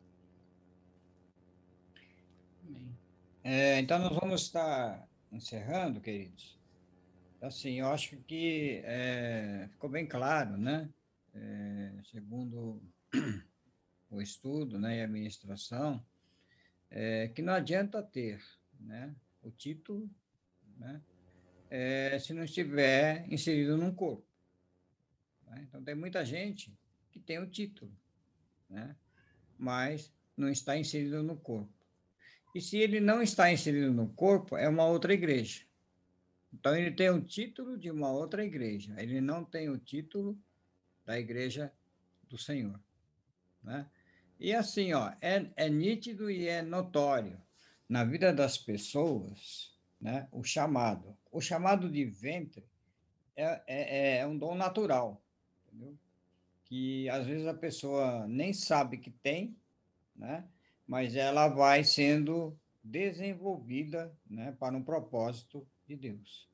[SPEAKER 1] Amém.
[SPEAKER 10] É, então, nós vamos estar encerrando, queridos. Assim, eu acho que é, ficou bem claro, né? É, segundo o estudo, né, e a ministração, é, que não adianta ter, né, o título, né, é, se não estiver inserido num corpo. Né? Então, tem muita gente que tem o título, né, mas não está inserido no corpo. E se ele não está inserido no corpo, é uma outra igreja. Então, ele tem o título de uma outra igreja, ele não tem o título da igreja do Senhor, né? E assim, ó, é, é nítido e é notório na vida das pessoas, né, o chamado. O chamado de ventre é, é, é um dom natural, entendeu? Que às vezes a pessoa nem sabe que tem, né, mas ela vai sendo desenvolvida, né, para um propósito de Deus.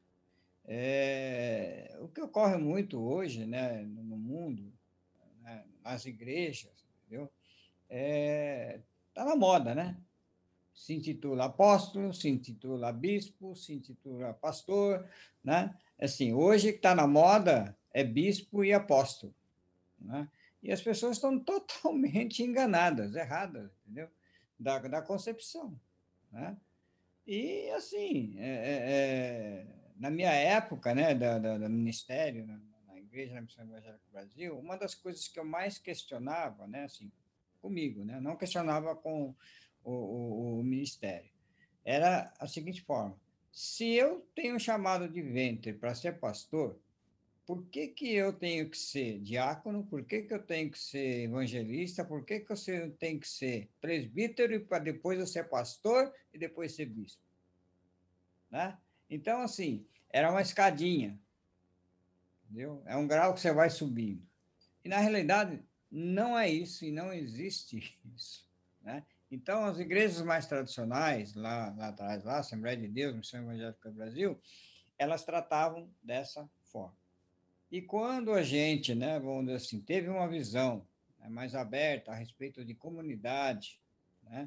[SPEAKER 10] É, o que ocorre muito hoje, né, no mundo, né, nas igrejas, entendeu? É, tá na moda, né? Se intitula apóstolo, se intitula bispo, se intitula pastor, né? Assim, hoje que está na moda é bispo e apóstolo, né? E as pessoas estão totalmente enganadas, erradas, entendeu? Da, da concepção, né? E, assim, é, é, na minha época, né, da, da, da ministério, na, na Igreja na Missão Evangélica do Brasil, uma das coisas que eu mais questionava, né, assim, comigo, né, não questionava com o, o, o ministério, era a seguinte forma: se eu tenho chamado de ventre para ser pastor, por que que eu tenho que ser diácono? Por que que eu tenho que ser evangelista? Por que que eu tenho que ser presbítero para depois eu ser pastor e depois ser bispo? Né? Então, assim, era uma escadinha, entendeu? É um grau que você vai subindo. E, na realidade, não é isso e não existe isso, né? Então, as igrejas mais tradicionais, lá, lá atrás, lá, Assembleia de Deus, Missão Evangélica do Brasil, elas tratavam dessa forma. E quando a gente, né, vamos dizer assim, teve uma visão, né, mais aberta a respeito de comunidade, né,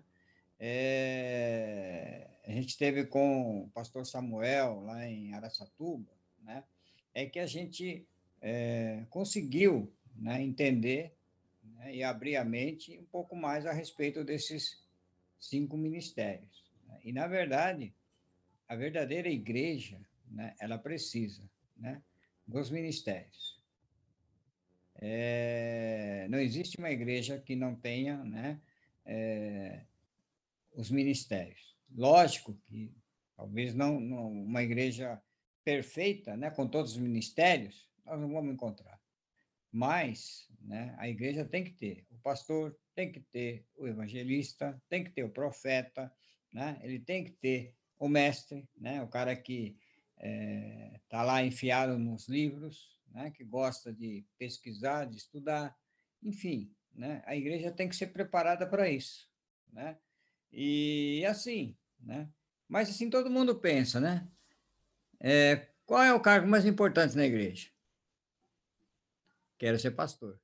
[SPEAKER 10] é, a gente teve com o pastor Samuel, lá em Araçatuba, né, é que a gente é, conseguiu, né, entender, né, e abrir a mente um pouco mais a respeito desses cinco ministérios. Né? E, na verdade, a verdadeira igreja, né, ela precisa, né, dos ministérios. É, não existe uma igreja que não tenha, né, é, os ministérios. Lógico que talvez não, não uma igreja perfeita, né, com todos os ministérios, nós não vamos encontrar. Mas, né, a igreja tem que ter o pastor, tem que ter o evangelista, tem que ter o profeta, né, ele tem que ter o mestre, né, o cara que está é, lá enfiado nos livros, né, que gosta de pesquisar, de estudar, enfim, né, a igreja tem que ser preparada para isso, né, e assim, né, mas assim todo mundo pensa, né, é, qual é o cargo mais importante na igreja? Quero ser pastor,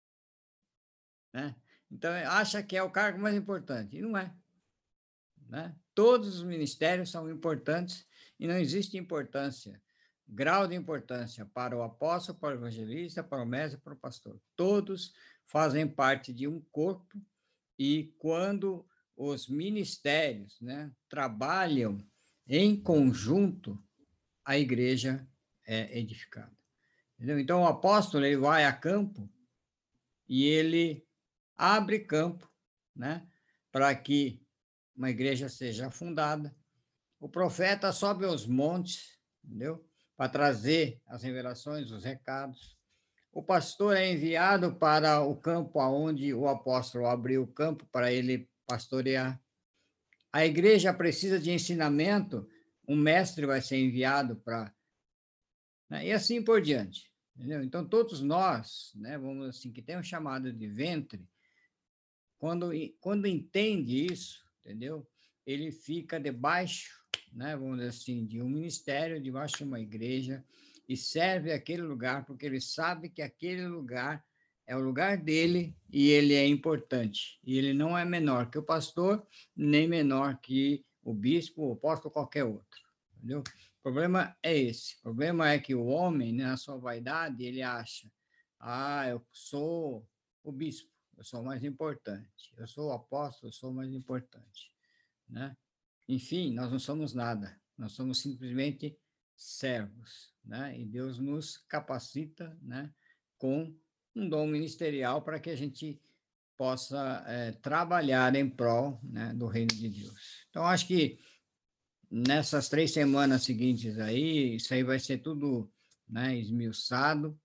[SPEAKER 10] né? Então, acha que é o cargo mais importante, e não é, né? Todos os ministérios são importantes e não existe importância, grau de importância para o apóstolo, para o evangelista, para o mestre, para o pastor. Todos fazem parte de um corpo e quando os ministérios, né, trabalham em conjunto, a igreja é edificada. Entendeu? Então, o apóstolo ele vai a campo e ele abre campo, né, para que uma igreja seja fundada. O profeta sobe aos montes, entendeu? Para trazer as revelações, os recados. O pastor é enviado para o campo aonde o apóstolo abriu o campo para ele pastorear. A igreja precisa de ensinamento, um mestre vai ser enviado para... Né, e assim por diante. Entendeu? Então, todos nós, né, vamos assim, que tem um chamado de ventre, quando, quando entende isso, entendeu? Ele fica debaixo, né, vamos dizer assim, de um ministério, debaixo de uma igreja, e serve aquele lugar, porque ele sabe que aquele lugar é o lugar dele e ele é importante. E ele não é menor que o pastor, nem menor que o bispo, o apóstolo, qualquer outro. Entendeu? O problema é esse. O problema é que o homem, né, na sua vaidade, ele acha, ah, eu sou o bispo, eu sou o mais importante. Eu sou o apóstolo, eu sou o mais importante. Né? Enfim, nós não somos nada. Nós somos simplesmente servos. Né? E Deus nos capacita, né, com um dom ministerial para que a gente possa é, trabalhar em prol, né, do reino de Deus. Então, acho que nessas três semanas seguintes aí, isso aí vai ser tudo, né, esmiuçado,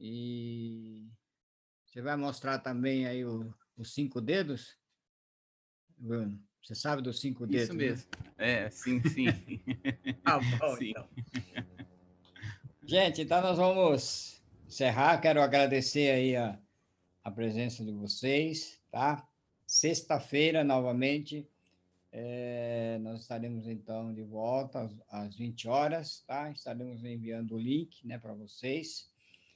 [SPEAKER 10] e você vai mostrar também aí o, os cinco dedos, Bruno? Você sabe dos cinco
[SPEAKER 1] Isso
[SPEAKER 10] dedos, Isso
[SPEAKER 1] mesmo.
[SPEAKER 10] Né?
[SPEAKER 1] É, sim, sim.
[SPEAKER 10] Ah, bom,
[SPEAKER 1] sim.
[SPEAKER 10] então. Gente, então nós vamos encerrar. Quero agradecer aí a, a presença de vocês, tá? Sexta-feira, novamente, É, nós estaremos, então, de volta às, às vinte horas, tá? Estaremos enviando o link, né, para vocês.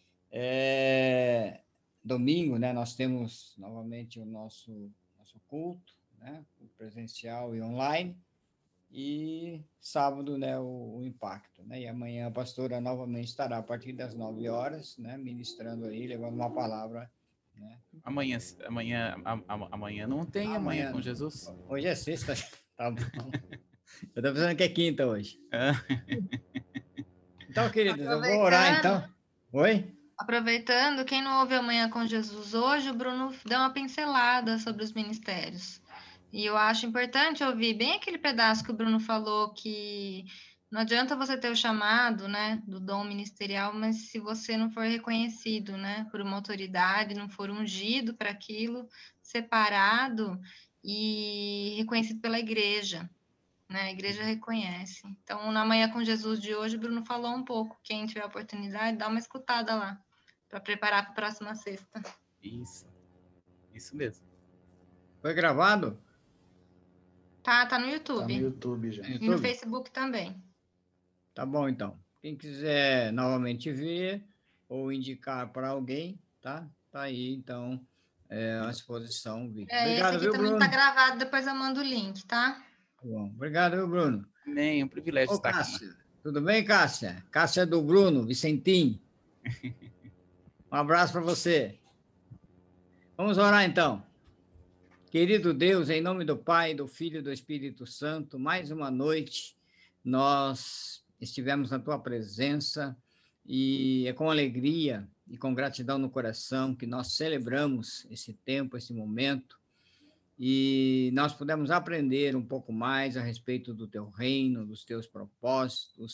[SPEAKER 10] É, domingo, né, nós temos novamente o nosso, nosso culto, né, presencial e online. E sábado, né, o, o impacto, né? E amanhã a pastora novamente estará a partir das nove horas, né, ministrando aí, levando uma palavra, né?
[SPEAKER 1] Amanhã, amanhã, amanhã não tem amanhã, amanhã com Jesus.
[SPEAKER 10] Hoje é sexta, tá bom. Eu tô pensando que é quinta hoje. Então, queridos, eu vou orar então. Oi?
[SPEAKER 7] Aproveitando, quem não ouve Amanhã com Jesus hoje, o Bruno deu uma pincelada sobre os ministérios. E eu acho importante ouvir bem aquele pedaço que o Bruno falou, que não adianta você ter o chamado, né, do dom ministerial, mas se você não for reconhecido, né, por uma autoridade, não for ungido para aquilo, separado e reconhecido pela igreja, né, a igreja reconhece. Então, na Manhã com Jesus de hoje, o Bruno falou um pouco, quem tiver a oportunidade, dá uma escutada lá, para preparar para a próxima sexta.
[SPEAKER 1] Isso, isso mesmo.
[SPEAKER 10] Foi gravado?
[SPEAKER 7] Tá, tá no YouTube.
[SPEAKER 4] Tá no YouTube já.
[SPEAKER 7] E no Facebook também.
[SPEAKER 10] Tá bom, então. Quem quiser novamente ver ou indicar para alguém, tá? Tá aí, então, é, à disposição.
[SPEAKER 7] É,
[SPEAKER 10] Obrigado,
[SPEAKER 7] esse aqui
[SPEAKER 10] viu,
[SPEAKER 7] também
[SPEAKER 10] Bruno?
[SPEAKER 7] tá gravado, depois eu mando o link, tá?
[SPEAKER 10] Tá bom. Obrigado, viu, Bruno?
[SPEAKER 1] Nem, é um privilégio
[SPEAKER 10] Ô,
[SPEAKER 1] estar
[SPEAKER 10] Cássia,
[SPEAKER 1] aqui.
[SPEAKER 10] Tudo bem, Cássia? Cássia do Bruno, Vicentim. Um abraço para você. Vamos orar, então. Querido Deus, em nome do Pai, do Filho e do Espírito Santo, mais uma noite nós estivemos na Tua presença e é com alegria e com gratidão no coração que nós celebramos esse tempo, esse momento, e nós pudemos aprender um pouco mais a respeito do Teu reino, dos Teus propósitos,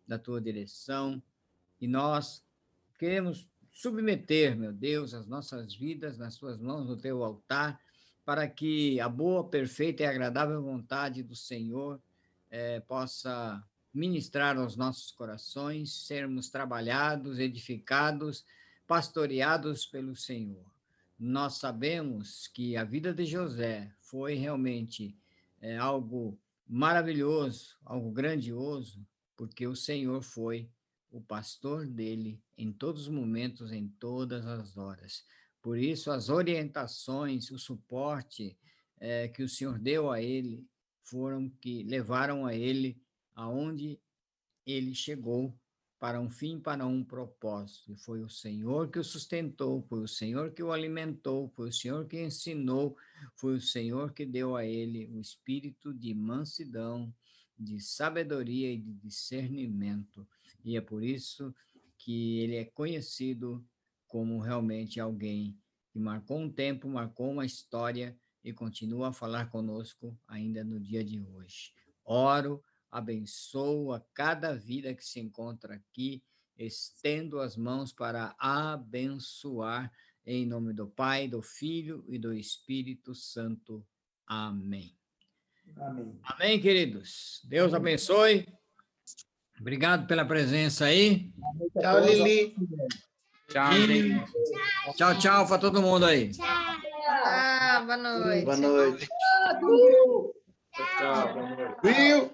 [SPEAKER 10] da tua direção, e nós queremos submeter, meu Deus, as nossas vidas nas tuas mãos, no teu altar, para que a boa, perfeita e agradável vontade do Senhor eh, possa ministrar aos nossos corações, sermos trabalhados, edificados, pastoreados pelo Senhor. Nós sabemos que a vida de José foi realmente é, algo maravilhoso, algo grandioso, porque o Senhor foi o pastor dele em todos os momentos, em todas as horas. Por isso, as orientações, o suporte é, que o Senhor deu a ele, foram que levaram a ele aonde ele chegou, para um fim, para um propósito. E foi o Senhor que o sustentou, foi o Senhor que o alimentou, foi o Senhor que ensinou, foi o Senhor que deu a ele o espírito de mansidão, de sabedoria e de discernimento. E é por isso que ele é conhecido como realmente alguém que marcou um tempo, marcou uma história e continua a falar conosco ainda no dia de hoje. Oro, abençoo a cada vida que se encontra aqui, estendo as mãos para abençoar, em nome do Pai, do Filho e do Espírito Santo. Amém.
[SPEAKER 8] Amém.
[SPEAKER 10] Amém, queridos. Deus abençoe. Obrigado pela presença aí.
[SPEAKER 4] Tchau, Lili.
[SPEAKER 1] Tchau, gente.
[SPEAKER 10] Tchau, tchau para todo mundo aí.
[SPEAKER 7] Ah, boa noite.
[SPEAKER 4] Boa noite.
[SPEAKER 2] Tchau, boa noite.
[SPEAKER 4] Will.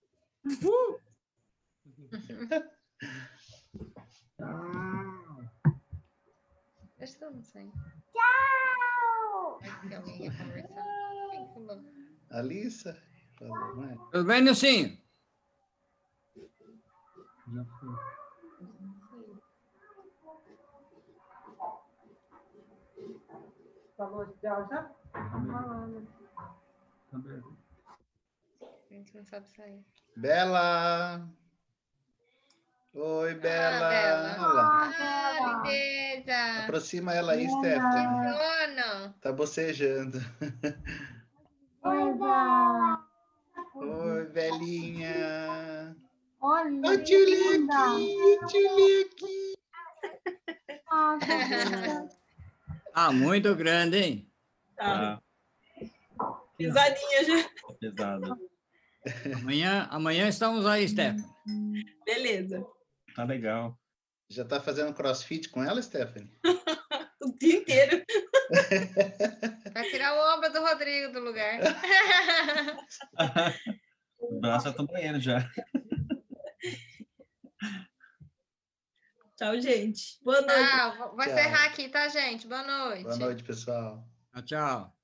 [SPEAKER 7] Deixa eu não sei. Tchau! Aqui alguém quer conversar? Quem falou?
[SPEAKER 4] Alissa. Falou, mãe.
[SPEAKER 10] Tudo bem, Nilcinho?
[SPEAKER 5] Falou tchau já? Falando.
[SPEAKER 7] A gente não sabe sair.
[SPEAKER 4] Bela. Oi, Bela.
[SPEAKER 7] Ah, Bela.
[SPEAKER 4] Olha lá.
[SPEAKER 7] Ah, lindeza.
[SPEAKER 4] Aproxima ela aí,
[SPEAKER 7] Que
[SPEAKER 4] Stephanie.
[SPEAKER 7] sono.
[SPEAKER 4] Tá bocejando.
[SPEAKER 11] Oi, Bela.
[SPEAKER 4] Oi, velhinha.
[SPEAKER 11] Olha,
[SPEAKER 4] Ó, tio Leque, tio Leque.
[SPEAKER 10] Ah, muito grande, hein?
[SPEAKER 12] Tá.
[SPEAKER 13] Pesadinha já.
[SPEAKER 12] Pesado.
[SPEAKER 10] Amanhã, amanhã estamos aí, Stephanie.
[SPEAKER 13] Beleza.
[SPEAKER 12] Tá legal.
[SPEAKER 4] Já tá fazendo crossfit com ela, Stephanie?
[SPEAKER 13] O dia inteiro.
[SPEAKER 7] Vai tirar o ombro do Rodrigo do lugar.
[SPEAKER 12] O braço tá no banheiro já.
[SPEAKER 13] Tchau, gente. Boa noite.
[SPEAKER 7] Ah, vou
[SPEAKER 4] Tchau.
[SPEAKER 7] encerrar aqui, tá, gente? Boa noite.
[SPEAKER 4] Boa noite, pessoal.
[SPEAKER 10] Tchau, tchau.